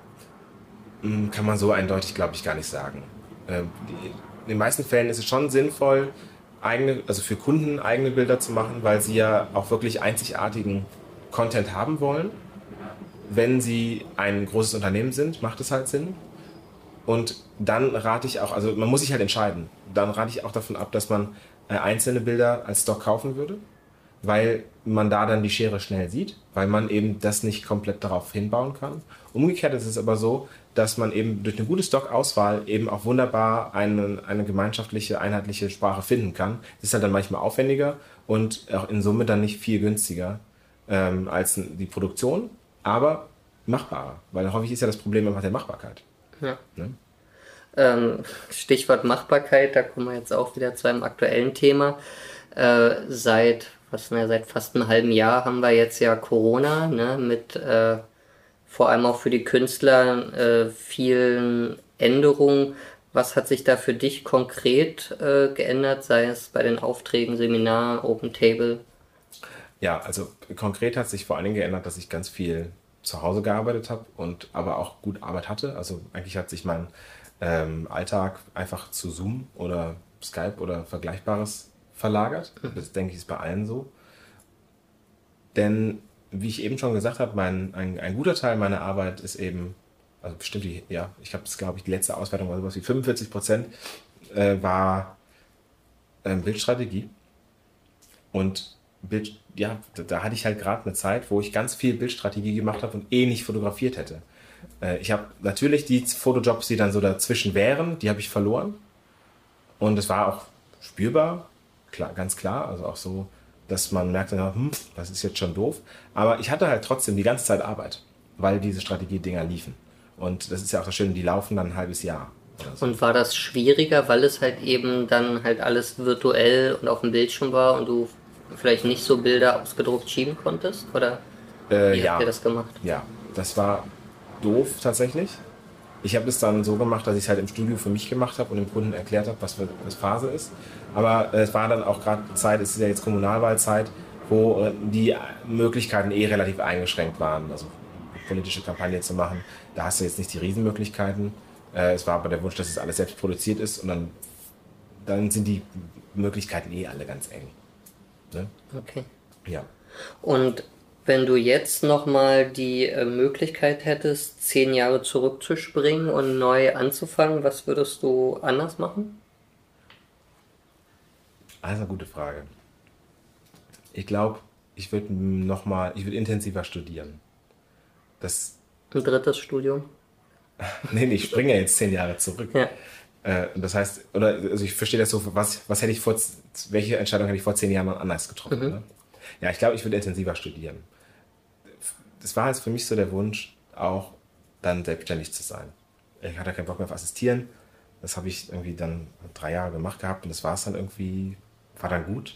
Kann man so eindeutig, glaube ich, gar nicht sagen. Äh, die, in den meisten Fällen ist es schon sinnvoll, eigene, also für Kunden eigene Bilder zu machen, weil sie ja auch wirklich einzigartigen Content haben wollen. Wenn sie ein großes Unternehmen sind, macht es halt Sinn. Und dann rate ich auch, also man muss sich halt entscheiden, dann rate ich auch davon ab, dass man äh, einzelne Bilder als Stock kaufen würde, weil man da dann die Schere schnell sieht, weil man eben das nicht komplett darauf hinbauen kann. Umgekehrt ist es aber so, dass man eben durch eine gute Stockauswahl eben auch wunderbar eine, eine gemeinschaftliche, einheitliche Sprache finden kann. Das ist halt dann manchmal aufwendiger und auch in Summe dann nicht viel günstiger ähm, als die Produktion, aber machbarer, weil häufig ist ja das Problem einfach der Machbarkeit. Ja. Ne? Ähm, Stichwort Machbarkeit, da kommen wir jetzt auch wieder zu einem aktuellen Thema. Äh, seit, was, ne, seit fast einem halben Jahr haben wir jetzt ja Corona, ne, mit äh, vor allem auch für die Künstler äh, vielen Änderungen. Was hat sich da für dich konkret äh, geändert, sei es bei den Aufträgen, Seminar, Open Table? Ja, also konkret hat sich vor allen Dingen geändert, dass ich ganz viel zu Hause gearbeitet habe und aber auch gut Arbeit hatte. Also eigentlich hat sich mein ähm, Alltag einfach zu Zoom oder Skype oder Vergleichbares verlagert. Das denke ich ist bei allen so. Denn wie ich eben schon gesagt habe, mein, ein, ein guter Teil meiner Arbeit ist eben, also bestimmt, die, ja, ich habe es glaube ich, die letzte Auswertung war sowas wie fünfundvierzig Prozent äh, war äh, Bildstrategie. Und Bild, ja, da, da hatte ich halt gerade eine Zeit, wo ich ganz viel Bildstrategie gemacht habe und eh nicht fotografiert hätte. Äh, ich habe natürlich die Fotojobs, die dann so dazwischen wären, die habe ich verloren. Und es war auch spürbar, klar, ganz klar, also auch so, dass man merkte, hm, das ist jetzt schon doof. Aber ich hatte halt trotzdem die ganze Zeit Arbeit, weil diese Strategie-Dinger liefen. Und das ist ja auch das Schöne, die laufen dann ein halbes Jahr. So. Und war das schwieriger, weil es halt eben dann halt alles virtuell und auf dem Bildschirm war und du vielleicht nicht so Bilder ausgedruckt schieben konntest? Oder äh, wie ja. habt ihr das gemacht? Ja, das war doof tatsächlich. Ich habe es dann so gemacht, dass ich es halt im Studio für mich gemacht habe und dem Kunden erklärt habe, was für was Phase ist. Aber es war dann auch gerade Zeit, es ist ja jetzt Kommunalwahlzeit, wo die Möglichkeiten eh relativ eingeschränkt waren, also politische Kampagne zu machen. Da hast du jetzt nicht die Riesenmöglichkeiten. Es war aber der Wunsch, dass es alles selbst produziert ist und dann, dann sind die Möglichkeiten eh alle ganz eng. Ne? Okay. Ja. Und wenn du jetzt nochmal die äh, Möglichkeit hättest, zehn Jahre zurückzuspringen und neu anzufangen, was würdest du anders machen? Das ist eine gute Frage. Ich glaube, ich würde nochmal, ich würde intensiver studieren. Das, Ein drittes Studium? nee, nee, ich springe ja jetzt zehn Jahre zurück. Ja. Äh, das heißt, oder also ich verstehe das so, was, was hätte ich vor, welche Entscheidung hätte ich vor zehn Jahren anders getroffen? Mhm. Ne? Ja, ich glaube, ich würde intensiver studieren. Das war jetzt für mich so der Wunsch, auch dann selbstständig zu sein. Ich hatte keinen Bock mehr auf Assistieren. Das habe ich irgendwie dann drei Jahre gemacht gehabt und das war es dann irgendwie, war dann gut.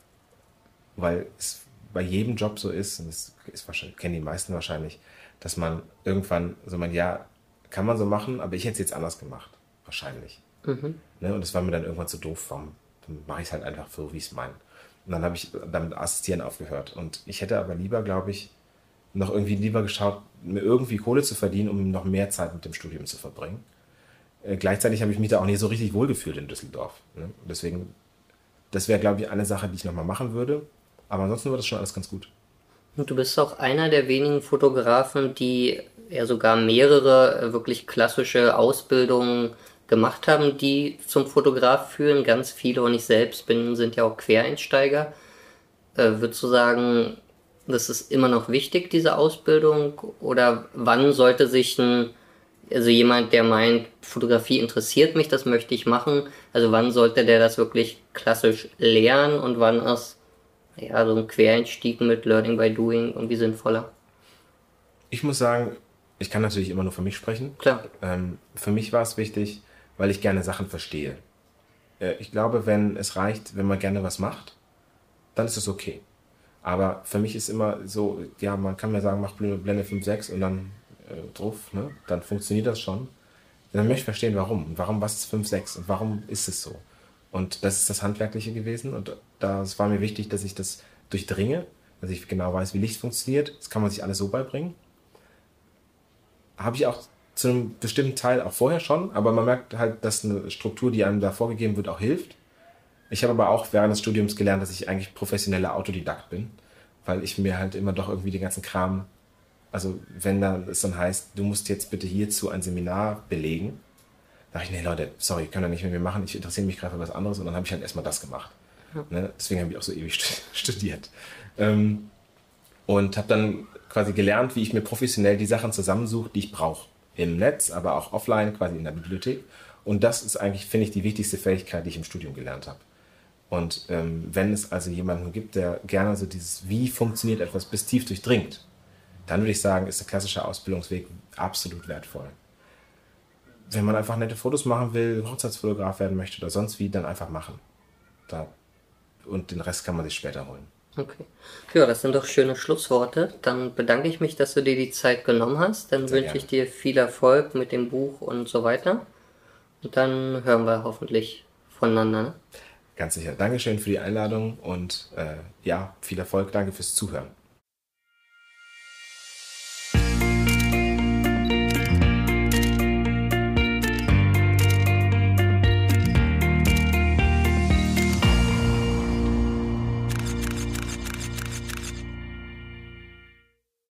Weil es bei jedem Job so ist, und das ist wahrscheinlich, kennen die meisten wahrscheinlich, dass man irgendwann so meint, ja, kann man so machen, aber ich hätte es jetzt anders gemacht. Wahrscheinlich. Mhm. Ne? Und das war mir dann irgendwann zu doof. Warum? Dann mache ich es halt einfach so, wie ich es meine. Und dann habe ich damit Assistieren aufgehört. Und ich hätte aber lieber, glaube ich, noch irgendwie lieber geschaut, mir irgendwie Kohle zu verdienen, um noch mehr Zeit mit dem Studium zu verbringen. Äh, gleichzeitig habe ich mich da auch nicht so richtig wohlgefühlt in Düsseldorf. Ne? Deswegen, das wäre, glaube ich, eine Sache, die ich nochmal machen würde. Aber ansonsten war das schon alles ganz gut. Und du bist auch einer der wenigen Fotografen, die ja sogar mehrere wirklich klassische Ausbildungen gemacht haben, die zum Fotograf führen. Ganz viele, und ich selbst bin, sind ja auch Quereinsteiger. Äh, würdest du sagen, das ist immer noch wichtig, diese Ausbildung? Oder wann sollte sich ein, also jemand, der meint, Fotografie interessiert mich, das möchte ich machen, also wann sollte der das wirklich klassisch lernen und wann ist ja so ein Quereinstieg mit Learning by Doing irgendwie sinnvoller? Ich muss sagen, ich kann natürlich immer nur für mich sprechen. Klar. Ähm, für mich war es wichtig, weil ich gerne Sachen verstehe. Äh, ich glaube, wenn es reicht, wenn man gerne was macht, dann ist es okay. Aber für mich ist immer so, ja, man kann mir sagen, mach Blende fünf sechs und dann äh, drauf, ne? Dann funktioniert das schon. Dann möchte ich verstehen, warum. Und warum, was ist fünf sechs und warum ist es so? Und das ist das Handwerkliche gewesen und das war mir wichtig, dass ich das durchdringe, dass ich genau weiß, wie Licht funktioniert. Das kann man sich alles so beibringen. Habe ich auch zu einem bestimmten Teil auch vorher schon, aber man merkt halt, dass eine Struktur, die einem da vorgegeben wird, auch hilft. Ich habe aber auch während des Studiums gelernt, dass ich eigentlich professioneller Autodidakt bin, weil ich mir halt immer doch irgendwie den ganzen Kram, also wenn dann es dann heißt, du musst jetzt bitte hierzu ein Seminar belegen, da dachte ich, nee Leute, sorry, könnt ihr nicht mit mir machen, ich interessiere mich gerade für was anderes und dann habe ich halt erstmal das gemacht. Ja. Ne? Deswegen habe ich auch so ewig studiert. Ähm, und habe dann quasi gelernt, wie ich mir professionell die Sachen zusammensuche, die ich brauche. Im Netz, aber auch offline, quasi in der Bibliothek. Und das ist eigentlich, finde ich, die wichtigste Fähigkeit, die ich im Studium gelernt habe. Und ähm, wenn es also jemanden gibt, der gerne so dieses, wie funktioniert etwas, bis tief durchdringt, dann würde ich sagen, ist der klassische Ausbildungsweg absolut wertvoll. Wenn man einfach nette Fotos machen will, Hochzeitsfotograf werden möchte oder sonst wie, dann einfach machen. Da. Und den Rest kann man sich später holen. Okay. Ja, das sind doch schöne Schlussworte. Dann bedanke ich mich, dass du dir die Zeit genommen hast. Dann wünsche ich dir viel Erfolg mit dem Buch und so weiter. Und dann hören wir hoffentlich voneinander. Ne? Ganz sicher. Dankeschön für die Einladung und äh, ja, viel Erfolg. Danke fürs Zuhören.